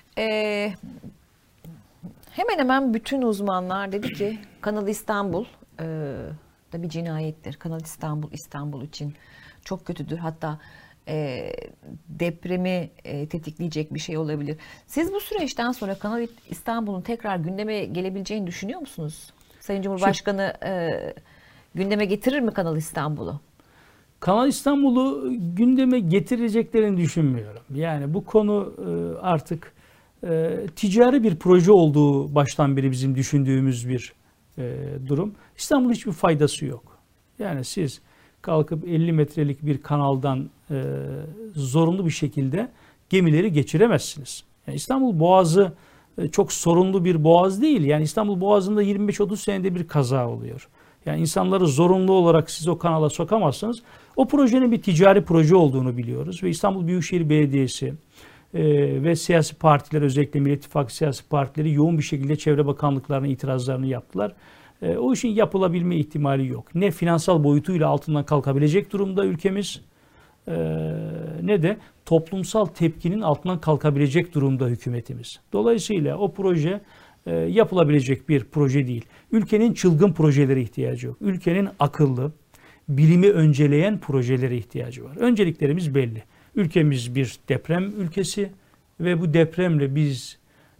hemen hemen bütün uzmanlar dedi ki Kanal İstanbul da bir cinayettir. Kanal İstanbul, İstanbul için çok kötüdür. Hatta depremi tetikleyecek bir şey olabilir. Siz bu süreçten sonra Kanal İstanbul'un tekrar gündeme gelebileceğini düşünüyor musunuz? Sayın Cumhurbaşkanı gündeme getirir mi Kanal İstanbul'u? Kanal İstanbul'u gündeme getireceklerini düşünmüyorum. Yani bu konu artık ticari bir proje olduğu baştan beri bizim düşündüğümüz bir durum. İstanbul'un hiçbir faydası yok. Yani siz kalkıp 50 metrelik bir kanaldan zorunlu bir şekilde gemileri geçiremezsiniz. Yani İstanbul Boğazı çok sorunlu bir boğaz değil. Yani İstanbul Boğazı'nda 25-30 senede bir kaza oluyor. Yani insanları zorunlu olarak siz o kanala sokamazsınız. O projenin bir ticari proje olduğunu biliyoruz ve İstanbul Büyükşehir Belediyesi ve siyasi partiler, özellikle Millet İttifakı siyasi partileri yoğun bir şekilde Çevre Bakanlıklarına itirazlarını yaptılar. O işin yapılabilme ihtimali yok. Ne finansal boyutuyla altından kalkabilecek durumda ülkemiz, ne de toplumsal tepkinin altından kalkabilecek durumda hükümetimiz. Dolayısıyla o proje yapılabilecek bir proje değil. Ülkenin çılgın projelere ihtiyacı yok. Ülkenin akıllı, bilimi önceleyen projelere ihtiyacı var. Önceliklerimiz belli. Ülkemiz bir deprem ülkesi ve bu depremle biz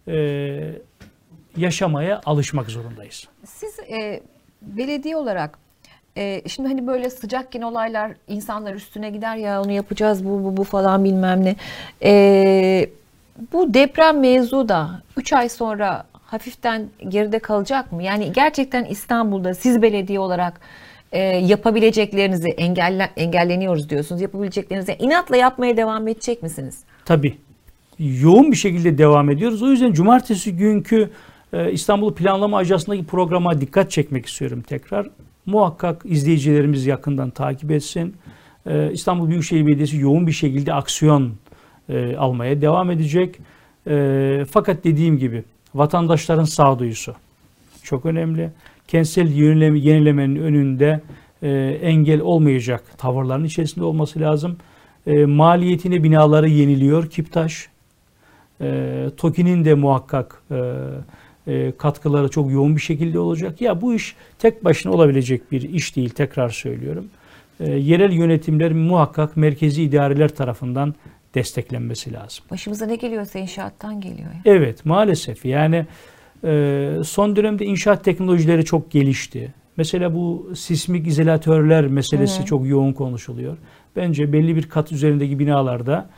yaşamaya alışmak zorundayız. Siz belediye olarak şimdi hani böyle sıcakken olaylar insanlar üstüne gider ya, onu yapacağız bu falan bilmem ne. Bu deprem mevzu da 3 ay sonra hafiften geride kalacak mı? Yani gerçekten İstanbul'da siz belediye olarak yapabileceklerinizi engelleniyoruz diyorsunuz. Yapabileceklerinizi inatla yapmaya devam edecek misiniz? Tabii. Yoğun bir şekilde devam ediyoruz. O yüzden cumartesi günkü İstanbul Planlama Ajansı'ndaki programa dikkat çekmek istiyorum tekrar. Muhakkak izleyicilerimiz yakından takip etsin. İstanbul Büyükşehir Belediyesi yoğun bir şekilde aksiyon almaya devam edecek. Fakat dediğim gibi vatandaşların sağduyusu çok önemli. Kentsel yenilemenin önünde engel olmayacak tavırların içerisinde olması lazım. Maliyetine binaları yeniliyor Kiptaş. TOKİ'nin de muhakkak katkıları çok yoğun bir şekilde olacak. Ya bu iş tek başına olabilecek bir iş değil, tekrar söylüyorum. Yerel yönetimler muhakkak merkezi idareler tarafından desteklenmesi lazım. Başımıza ne geliyorsa inşaattan geliyor. Yani. Evet, maalesef. Yani son dönemde inşaat teknolojileri çok gelişti. Mesela bu sismik izolatörler meselesi çok yoğun konuşuluyor. Bence belli bir kat üzerindeki binalarda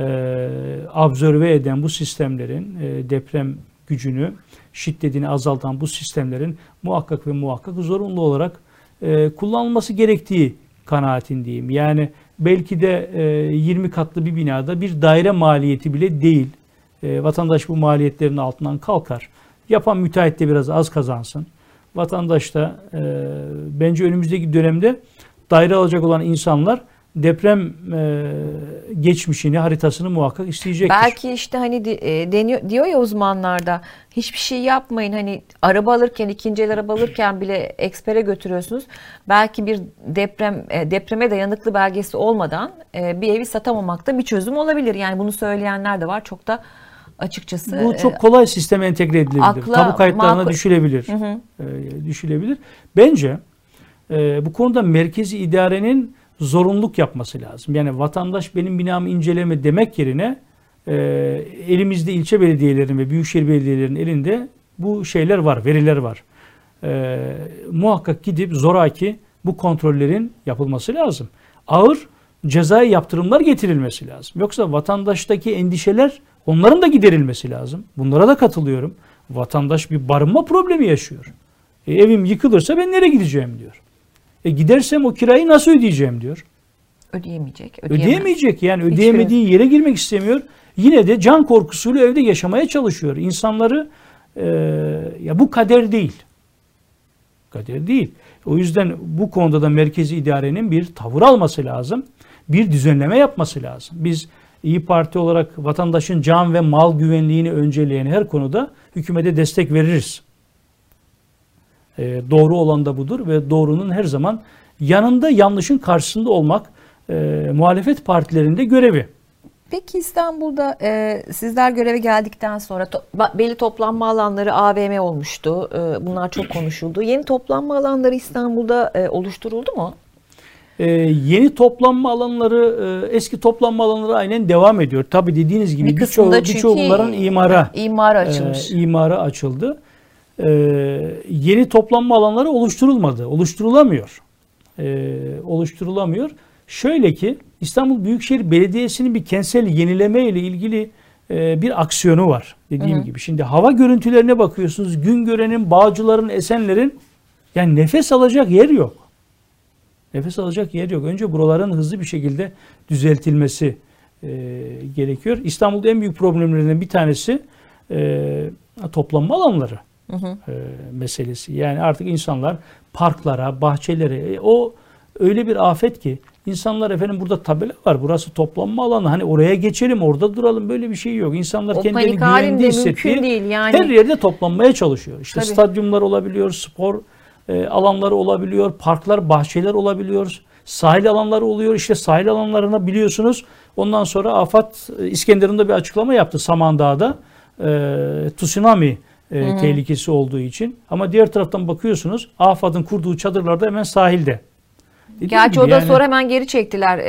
absorbe eden bu sistemlerin deprem gücünü, şiddetini azaltan bu sistemlerin muhakkak ve muhakkak zorunlu olarak kullanılması gerektiği kanaatindeyim. Yani belki de 20 katlı bir binada bir daire maliyeti bile değil. Vatandaş bu maliyetlerin altından kalkar. Yapan müteahhit de biraz az kazansın. Vatandaş da bence önümüzdeki dönemde daire alacak olan insanlar deprem geçmişini, haritasını muhakkak isteyecektir. Belki işte hani diyor ya uzmanlarda, hiçbir şey yapmayın. Hani araba alırken, ikinci el araba alırken bile ekspere götürüyorsunuz. Belki bir depreme dayanıklı belgesi olmadan bir evi satamamak da bir çözüm olabilir. Yani bunu söyleyenler de var. Çok da açıkçası bu çok kolay sisteme entegre edilebilir. Tabu kayıtlarına düşülebilir. Düşülebilir. Bence bu konuda merkezi idarenin zorunluluk yapması lazım. Yani vatandaş benim binamı inceleme demek yerine elimizde ilçe belediyelerin ve büyükşehir belediyelerinin elinde bu şeyler var, veriler var. Muhakkak gidip zoraki bu kontrollerin yapılması lazım. Ağır cezai yaptırımlar getirilmesi lazım. Yoksa vatandaştaki endişeler, onların da giderilmesi lazım. Bunlara da katılıyorum. Vatandaş bir barınma problemi yaşıyor. Evim yıkılırsa ben nereye gideceğim diyor. Gidersem o kirayı nasıl ödeyeceğim diyor. Ödeyemeyecek. Yani ödeyemediği yere girmek istemiyor. Yine de can korkusuyla evde yaşamaya çalışıyor. İnsanları ya bu kader değil. Kader değil. O yüzden bu konuda da merkezi idarenin bir tavır alması lazım. Bir düzenleme yapması lazım. Biz İYİ Parti olarak vatandaşın can ve mal güvenliğini önceleyen her konuda hükümete destek veririz. Doğru olan da budur ve doğrunun her zaman yanında, yanlışın karşısında olmak muhalefet partilerinde görevi. Peki İstanbul'da sizler göreve geldikten sonra belli toplanma alanları AVM olmuştu. Bunlar çok konuşuldu. Yeni toplanma alanları İstanbul'da oluşturuldu mu? Yeni toplanma alanları, eski toplanma alanları aynen devam ediyor. Tabii dediğiniz gibi birçoğunların imara açıldı. Yeni toplanma alanları oluşturulmadı. Oluşturulamıyor. Şöyle ki İstanbul Büyükşehir Belediyesi'nin bir kentsel yenileme ile ilgili bir aksiyonu var. Dediğim gibi. Şimdi hava görüntülerine bakıyorsunuz. Güngören'in, Bağcılar'ın, Esenler'in yani nefes alacak yer yok. Önce buraların hızlı bir şekilde düzeltilmesi gerekiyor. İstanbul'da en büyük problemlerinden bir tanesi toplanma alanları meselesi. Yani artık insanlar parklara, bahçelere, o öyle bir afet ki insanlar efendim burada tabela var, burası toplanma alanı, hani oraya geçelim, orada duralım, böyle bir şey yok. İnsanlar o kendilerini güvende hissettiği her yerde toplanmaya çalışıyor. İşte tabii. Stadyumlar olabiliyor, spor alanları olabiliyor, parklar, bahçeler olabiliyor, sahil alanları oluyor. İşte sahil alanlarına biliyorsunuz ondan sonra AFAD İskenderun'da bir açıklama yaptı Samandağ'da tsunami tehlikesi olduğu için. Ama diğer taraftan bakıyorsunuz AFAD'ın kurduğu çadırlar da hemen sahilde. Gerçi o da sonra hemen geri çektiler.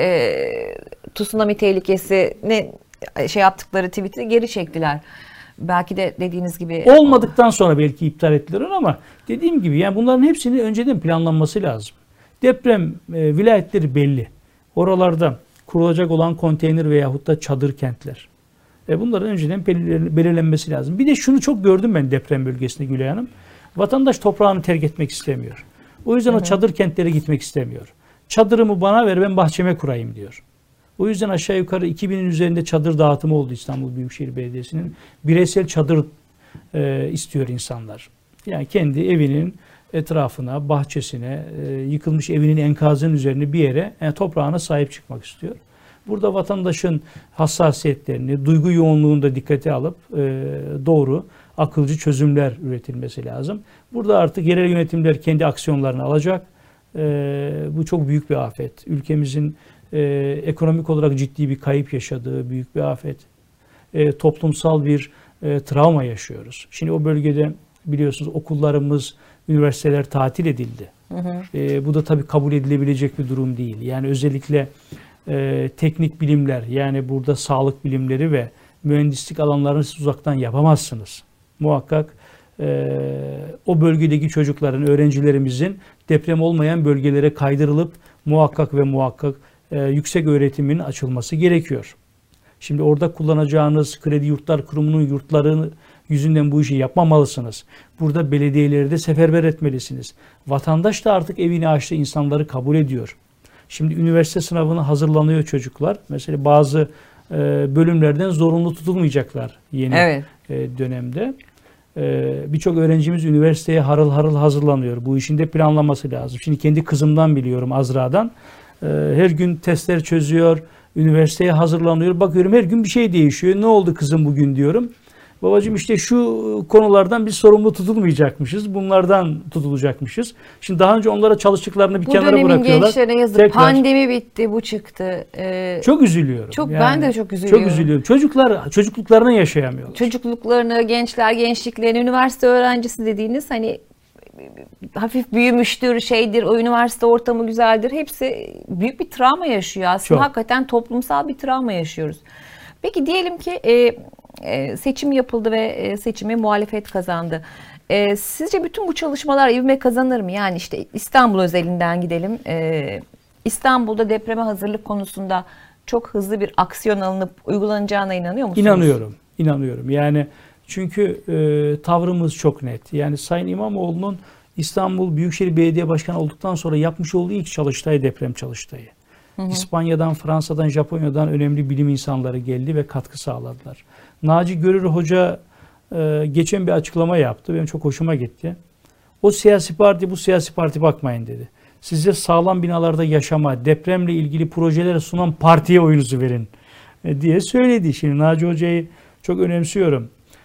Tsunami tehlikesini yaptıkları tweet'i geri çektiler. Belki de dediğiniz gibi olmadıktan sonra belki iptal ettiler ama dediğim gibi yani bunların hepsinin önceden planlanması lazım. Deprem vilayetleri belli. Oralarda kurulacak olan konteyner veyahut da çadır kentler. Bunların önceden belirlenmesi lazım. Bir de şunu çok gördüm ben deprem bölgesinde Gülay Hanım. Vatandaş toprağını terk etmek istemiyor. O yüzden o çadır kentlere gitmek istemiyor. Çadırımı bana ver, ben bahçeme kurayım diyor. O yüzden aşağı yukarı 2000'in üzerinde çadır dağıtımı oldu İstanbul Büyükşehir Belediyesi'nin. Bireysel çadır istiyor insanlar. Yani kendi evinin etrafına, bahçesine, yıkılmış evinin enkazının üzerine bir yere toprağına sahip çıkmak istiyor. Burada vatandaşın hassasiyetlerini, duygu yoğunluğunu da dikkate alıp doğru, akılcı çözümler üretilmesi lazım. Burada artık yerel yönetimler kendi aksiyonlarını alacak. Bu çok büyük bir afet. Ülkemizin ekonomik olarak ciddi bir kayıp yaşadığı büyük bir afet. Toplumsal bir travma yaşıyoruz. Şimdi o bölgede biliyorsunuz okullarımız, üniversiteler tatil edildi. Bu da tabii kabul edilebilecek bir durum değil. Yani özellikle teknik bilimler, yani burada sağlık bilimleri ve mühendislik alanlarını siz uzaktan yapamazsınız. Muhakkak o bölgedeki çocukların, öğrencilerimizin deprem olmayan bölgelere kaydırılıp muhakkak yüksek öğretimin açılması gerekiyor. Şimdi orada kullanacağınız Kredi Yurtlar Kurumu'nun yurtları yüzünden bu işi yapmamalısınız. Burada belediyeleri de seferber etmelisiniz. Vatandaş da artık evini açtı, insanları kabul ediyor. Şimdi üniversite sınavına hazırlanıyor çocuklar. Mesela bazı bölümlerden zorunlu tutulmayacaklar yeni dönemde. Birçok öğrencimiz üniversiteye harıl harıl hazırlanıyor. Bu işin de planlaması lazım. Şimdi kendi kızımdan biliyorum, Azra'dan. Her gün testler çözüyor, üniversiteye hazırlanıyor. Bakıyorum her gün bir şey değişiyor. Ne oldu kızım bugün diyorum. Babacığım işte şu konulardan biz sorumlu tutulmayacakmışız. Bunlardan tutulacakmışız. Şimdi daha önce onlara çalıştıklarını bir kenara bırakıyorlar. Bu dönemin gençlerine yazık. Pandemi bitti, bu çıktı. Çok üzülüyorum. Ben de çok üzülüyorum. Çok üzülüyorum. Çocuklar çocukluklarını yaşayamıyorlar. Çocukluklarını, gençliklerini, üniversite öğrencisi dediğiniz hani hafif büyümüştür, şeydir, o üniversite ortamı güzeldir. Hepsi büyük bir travma yaşıyor aslında. Hakikaten toplumsal bir travma yaşıyoruz. Peki diyelim ki seçim yapıldı ve seçimi muhalefet kazandı. Sizce bütün bu çalışmalar ivme kazanır mı? Yani işte İstanbul özelinden gidelim. İstanbul'da depreme hazırlık konusunda çok hızlı bir aksiyon alınıp uygulanacağına inanıyor musunuz? İnanıyorum. Yani çünkü tavrımız çok net. Yani Sayın İmamoğlu'nun İstanbul Büyükşehir Belediye Başkanı olduktan sonra yapmış olduğu ilk çalıştay deprem çalıştayı. İspanya'dan, Fransa'dan, Japonya'dan önemli bilim insanları geldi ve katkı sağladılar. Naci Görür Hoca geçen bir açıklama yaptı. Benim çok hoşuma gitti. O siyasi parti, bu siyasi parti bakmayın dedi. Size sağlam binalarda yaşama, depremle ilgili projelere sunan partiye oyunuzu verin diye söyledi. Şimdi Naci Hoca'yı çok önemsiyorum.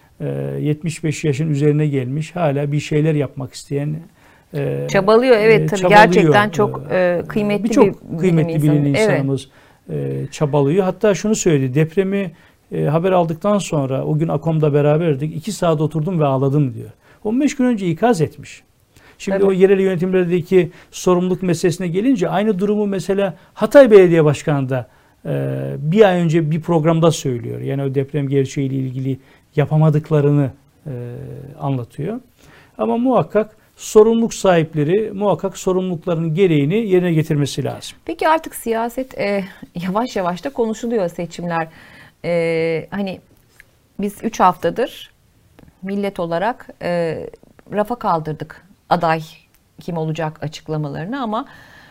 75 yaşın üzerine gelmiş, hala bir şeyler yapmak isteyen çabalıyor. Evet tabii çabalıyor. Gerçekten çok kıymetli çok kıymetli bilim insanımız çabalıyor. Hatta şunu söyledi. Depremi haber aldıktan sonra o gün AKOM'da beraberdik. 2 saat oturdum ve ağladım diyor. 15 gün önce ikaz etmiş. Şimdi Tabii. o yerel yönetimlerdeki sorumluluk meselesine gelince aynı durumu mesela Hatay Belediye Başkanı da bir ay önce bir programda söylüyor. Yani o deprem gerçeğiyle ilgili yapamadıklarını anlatıyor. Ama muhakkak sorumluluk sahipleri muhakkak sorumluluklarının gereğini yerine getirmesi lazım. Peki artık siyaset yavaş yavaş da konuşuluyor, seçimler. Hani biz 3 haftadır millet olarak rafa kaldırdık aday kim olacak açıklamalarını, ama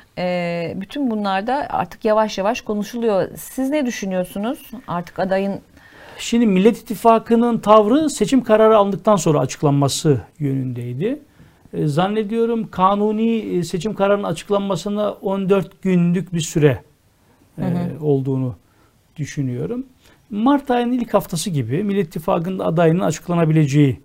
bütün bunlar da artık yavaş yavaş konuşuluyor. Siz ne düşünüyorsunuz artık adayın? Şimdi Millet İttifakı'nın tavrı seçim kararı alındıktan sonra açıklanması yönündeydi. Zannediyorum kanuni seçim kararının açıklanmasına 14 günlük bir süre olduğunu düşünüyorum. Mart ayının ilk haftası gibi Millet İttifakı'nın adayının açıklanabileceği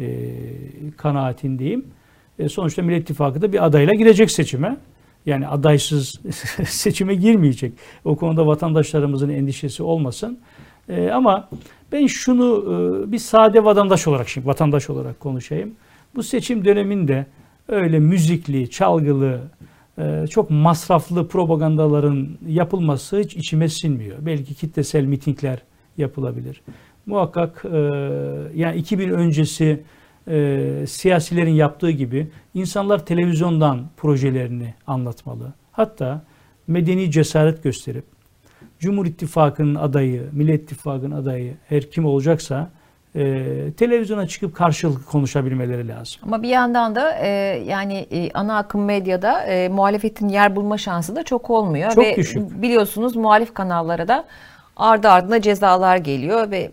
kanaatindeyim. Sonuçta Millet İttifakı da bir adayla girecek seçime. Yani adaysız seçime girmeyecek. O konuda vatandaşlarımızın endişesi olmasın. Ama ben şunu bir sade vatandaş olarak konuşayım. Bu seçim döneminde öyle müzikli, çalgılı, çok masraflı propagandaların yapılması hiç içime sinmiyor. Belki kitlesel mitingler yapılabilir. Muhakkak yani 2000 öncesi siyasilerin yaptığı gibi insanlar televizyondan projelerini anlatmalı. Hatta medeni cesaret gösterip Cumhur İttifakı'nın adayı, Millet İttifakı'nın adayı her kim olacaksa televizyona çıkıp karşılıklı konuşabilmeleri lazım. Ama bir yandan da yani ana akım medyada muhalefetin yer bulma şansı da çok olmuyor. Çok ve düşük. Biliyorsunuz muhalif kanallara da ardı ardına cezalar geliyor ve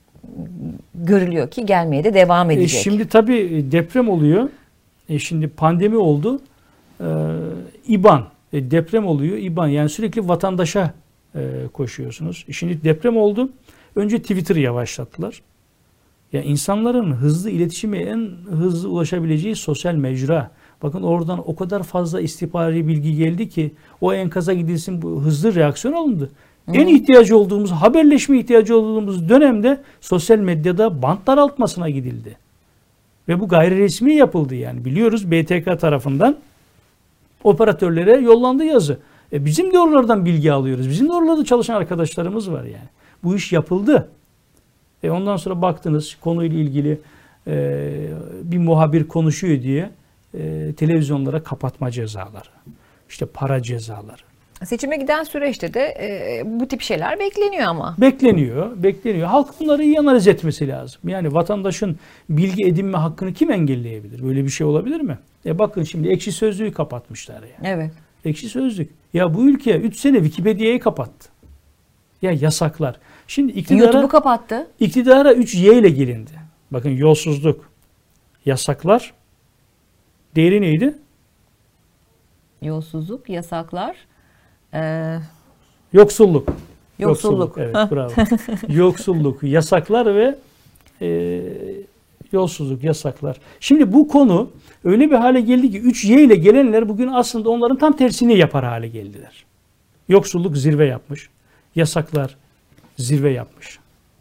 görülüyor ki gelmeye de devam edecek. Şimdi tabii deprem oluyor. Şimdi pandemi oldu. İBAN. Deprem oluyor. İBAN. Yani sürekli vatandaşa koşuyorsunuz. Şimdi deprem oldu. Önce Twitter'ı yavaşlattılar. Ya insanların hızlı iletişime en hızlı ulaşabileceği sosyal mecra. Bakın oradan o kadar fazla istihbari bilgi geldi ki o enkaza gidilsin, bu hızlı reaksiyon alındı. En ihtiyacı olduğumuz, haberleşme ihtiyacı olduğumuz dönemde sosyal medyada bant daraltmasına gidildi. Ve bu gayri resmi yapıldı yani. Biliyoruz BTK tarafından operatörlere yollandı yazı. Bizim de oralardan bilgi alıyoruz. Bizim de oralarda çalışan arkadaşlarımız var yani. Bu iş yapıldı. Ondan sonra baktınız konuyla ilgili bir muhabir konuşuyor diye televizyonlara kapatma cezaları, işte para cezaları. Seçime giden süreçte de bu tip şeyler bekleniyor ama. Bekleniyor. Halk bunları iyi analiz etmesi lazım. Yani vatandaşın bilgi edinme hakkını kim engelleyebilir? Böyle bir şey olabilir mi? Bakın şimdi Ekşi Sözlüğü kapatmışlar yani. Evet. Ekşi Sözlük. Ya bu ülke 3 sene Wikipedia'yı kapattı. Ya yasaklar. Şimdi YouTube'u kapattı. İktidara 3Y ile gelindi. Bakın yolsuzluk, yasaklar, diğeri neydi? Yolsuzluk, yasaklar, Yoksulluk. Yoksulluk. Evet, bravo. Yoksulluk, yasaklar ve yolsuzluk, yasaklar. Şimdi bu konu öyle bir hale geldi ki 3Y ile gelenler bugün aslında onların tam tersini yapar hale geldiler. Yoksulluk zirve yapmış. Yasaklar zirve yapmış.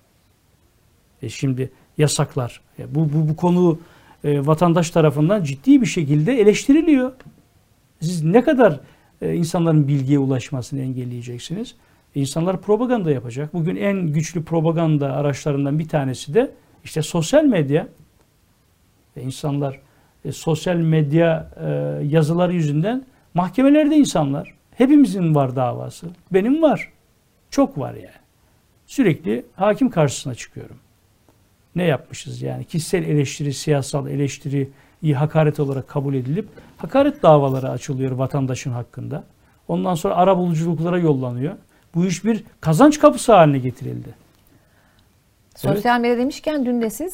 Şimdi yasaklar. Bu konu vatandaş tarafından ciddi bir şekilde eleştiriliyor. Siz ne kadar insanların bilgiye ulaşmasını engelleyeceksiniz? İnsanlar propaganda yapacak. Bugün en güçlü propaganda araçlarından bir tanesi de işte sosyal medya. İnsanlar sosyal medya yazıları yüzünden mahkemelerde insanlar. Hepimizin var davası. Benim var. Çok var yani. Sürekli hakim karşısına çıkıyorum. Ne yapmışız yani? Kişisel eleştiri, siyasal eleştiriyi hakaret olarak kabul edilip hakaret davaları açılıyor vatandaşın hakkında. Ondan sonra arabuluculuklara yollanıyor. Bu iş bir kazanç kapısı haline getirildi. Sosyal medya demişken dün de siz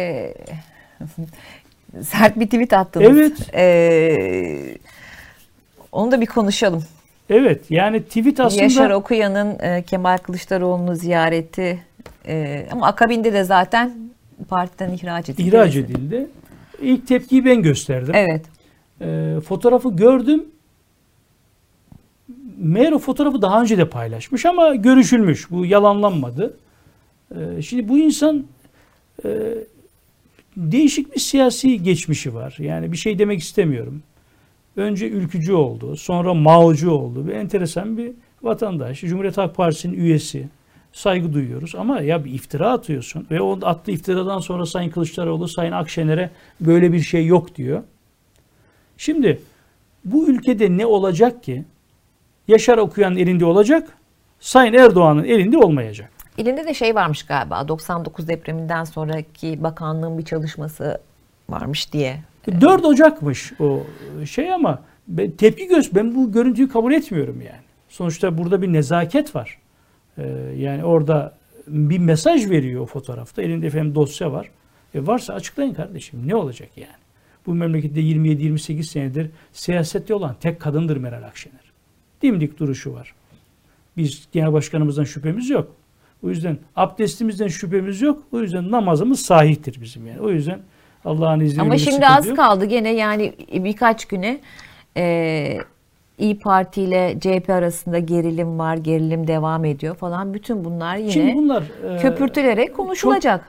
sert bir tweet attınız. Evet. Onu da bir konuşalım. Evet, yani tweet aslında... Yaşar Okuyan'ın Kemal Kılıçdaroğlu'nu ziyareti ama akabinde de zaten partiden ihraç edildi. İhraç edildi. İlk tepkiyi ben gösterdim. Evet. Fotoğrafı gördüm. Meğer o fotoğrafı daha önce de paylaşmış ama görüşülmüş. Bu yalanlanmadı. Şimdi bu insan değişik bir siyasi geçmişi var. Yani bir şey demek istemiyorum. Önce ülkücü oldu, sonra Mao'cu oldu. Bir enteresan bir vatandaş. Cumhuriyet Halk Partisi'nin üyesi. Saygı duyuyoruz ama ya bir iftira atıyorsun ve o attığı iftiradan sonra Sayın Kılıçdaroğlu, Sayın Akşener'e böyle bir şey yok diyor. Şimdi bu ülkede ne olacak ki? Yaşar Okuyan'ın elinde olacak, Sayın Erdoğan'ın elinde olmayacak. Elinde de şey varmış galiba, 99 depreminden sonraki bakanlığın bir çalışması varmış diye. 4 Ocak'mış o şey ama ben bu görüntüyü kabul etmiyorum yani. Sonuçta burada bir nezaket var. Yani orada bir mesaj veriyor o fotoğrafta. Elinde efendim dosya var. Varsa açıklayın kardeşim. Ne olacak yani? Bu memlekette 27-28 senedir siyasette olan tek kadındır Meral Akşener. Dimdik duruşu var. Biz genel başkanımızdan şüphemiz yok. O yüzden abdestimizden şüphemiz yok. O yüzden namazımız sahihtir bizim yani. O yüzden Allah'ın izniyle. Ama şimdi az kaldı gene yani birkaç güne İYİ Parti ile CHP arasında gerilim var, gerilim devam ediyor falan. Bütün bunlar yine bunlar, köpürtülerek konuşulacak.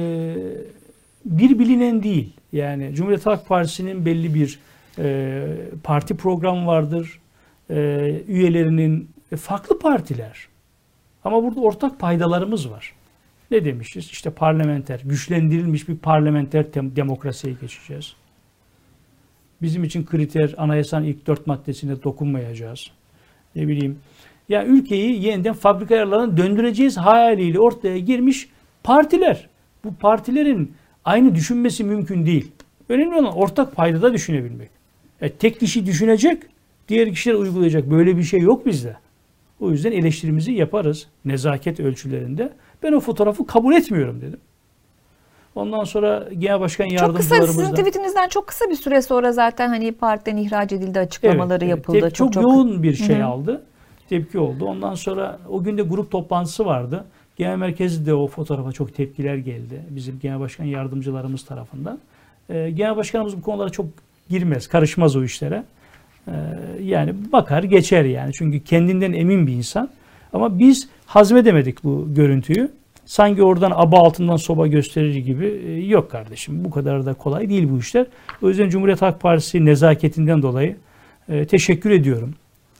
Bir bilinen değil. Yani Cumhuriyet Halk Partisi'nin belli bir parti programı vardır. Üyelerinin farklı partiler. Ama burada ortak paydalarımız var. Ne demişiz? İşte parlamenter, güçlendirilmiş bir parlamenter demokrasiye geçeceğiz. Bizim için kriter anayasanın ilk 4 maddesine dokunmayacağız. Ne bileyim. Ya ülkeyi yeniden fabrika ayarlarına döndüreceğiz hayaliyle ortaya girmiş partiler. Bu partilerin aynı düşünmesi mümkün değil. Önemli olan ortak paydada düşünebilmek. Tek kişi düşünecek, diğer kişiler uygulayacak. Böyle bir şey yok bizde. O yüzden eleştirimizi yaparız nezaket ölçülerinde. Ben o fotoğrafı kabul etmiyorum dedim. Ondan sonra Genel Başkan Yardımcılarımızdan... Çok kısa, sizin tweetinizden çok kısa bir süre sonra zaten hani partiden ihraç edildi, açıklamaları yapıldı. Çok yoğun bir şey aldı. Tepki oldu. Ondan sonra o gün de grup toplantısı vardı. Genel merkezde o fotoğrafa çok tepkiler geldi. Bizim Genel Başkan Yardımcılarımız tarafından. Genel Başkanımız bu konulara çok girmez, karışmaz o işlere. Yani bakar geçer yani. Çünkü kendinden emin bir insan. Ama biz hazmedemedik bu görüntüyü. Sanki oradan aba altından soba gösterir gibi yok kardeşim. Bu kadar da kolay değil bu işler. O yüzden Cumhuriyet Halk Partisi nezaketinden dolayı teşekkür ediyorum.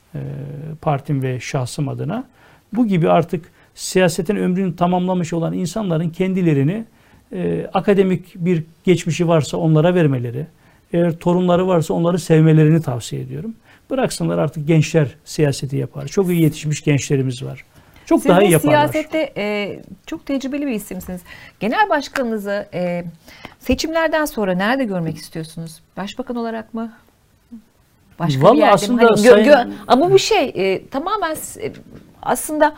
Partim ve şahsım adına. Bu gibi artık siyasetin ömrünü tamamlamış olan insanların kendilerini akademik bir geçmişi varsa onlara vermeleri, eğer torunları varsa onları sevmelerini tavsiye ediyorum. Bıraksınlar artık gençler siyaseti yapar. Çok iyi yetişmiş gençlerimiz var. Çok daha iyi yaparlar. Siyasette çok tecrübeli bir isimsiniz. Genel başkanınızı seçimlerden sonra nerede görmek istiyorsunuz? Başbakan olarak mı? Başka vallahi bir yerde aslında mi? Ama bu şey tamamen aslında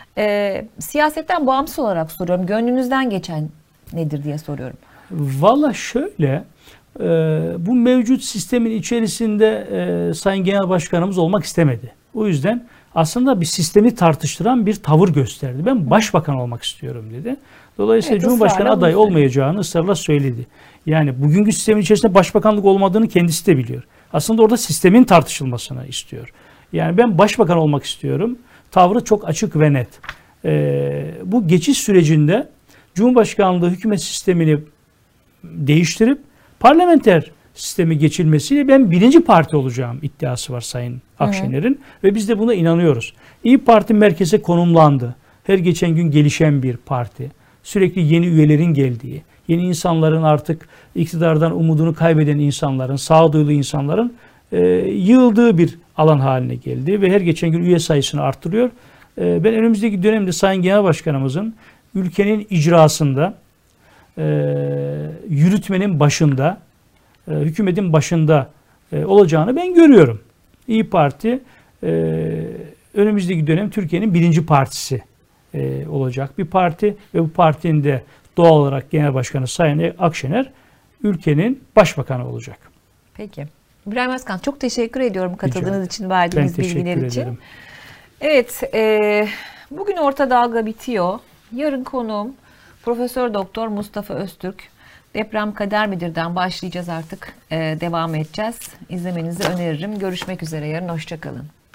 siyasetten bağımsız olarak soruyorum. Gönlünüzden geçen nedir diye soruyorum. Valla şöyle, bu mevcut sistemin içerisinde Sayın Genel Başkanımız olmak istemedi. O yüzden aslında bir sistemi tartıştıran bir tavır gösterdi. Ben başbakan olmak istiyorum dedi. Dolayısıyla Cumhurbaşkanı adayı olmayacağını ısrarla söyledi. Yani bugünkü sistemin içerisinde başbakanlık olmadığını kendisi de biliyor. Aslında orada sistemin tartışılmasını istiyor. Yani ben başbakan olmak istiyorum. Tavrı çok açık ve net. Bu geçiş sürecinde Cumhurbaşkanlığı hükümet sistemini değiştirip parlamenter sistemi geçilmesiyle ben birinci parti olacağım iddiası var Sayın Akşener'in. Ve biz de buna inanıyoruz. İYİ Parti merkeze konumlandı. Her geçen gün gelişen bir parti. Sürekli yeni üyelerin geldiği, yeni insanların artık iktidardan umudunu kaybeden insanların, sağduyulu insanların yığıldığı bir alan haline geldi. Ve her geçen gün üye sayısını arttırıyor. Ben önümüzdeki dönemde Sayın Genel Başkanımızın ülkenin icrasında, yürütmenin başında, hükümetin başında olacağını ben görüyorum. İYİ Parti önümüzdeki dönem Türkiye'nin birinci partisi olacak bir parti ve bu partinin de doğal olarak Genel Başkanı Sayın Akşener ülkenin başbakanı olacak. Peki. İbrahim Özkan çok teşekkür ediyorum katıldığınız için, verdiğiniz bilgiler için. Ederim. Evet, bugün Orta Dalga bitiyor. Yarın konuğum Profesör Doktor Mustafa Öztürk. Deprem kader midir'den başlayacağız artık. Devam edeceğiz. İzlemenizi öneririm. Görüşmek üzere yarın. Hoşça kalın.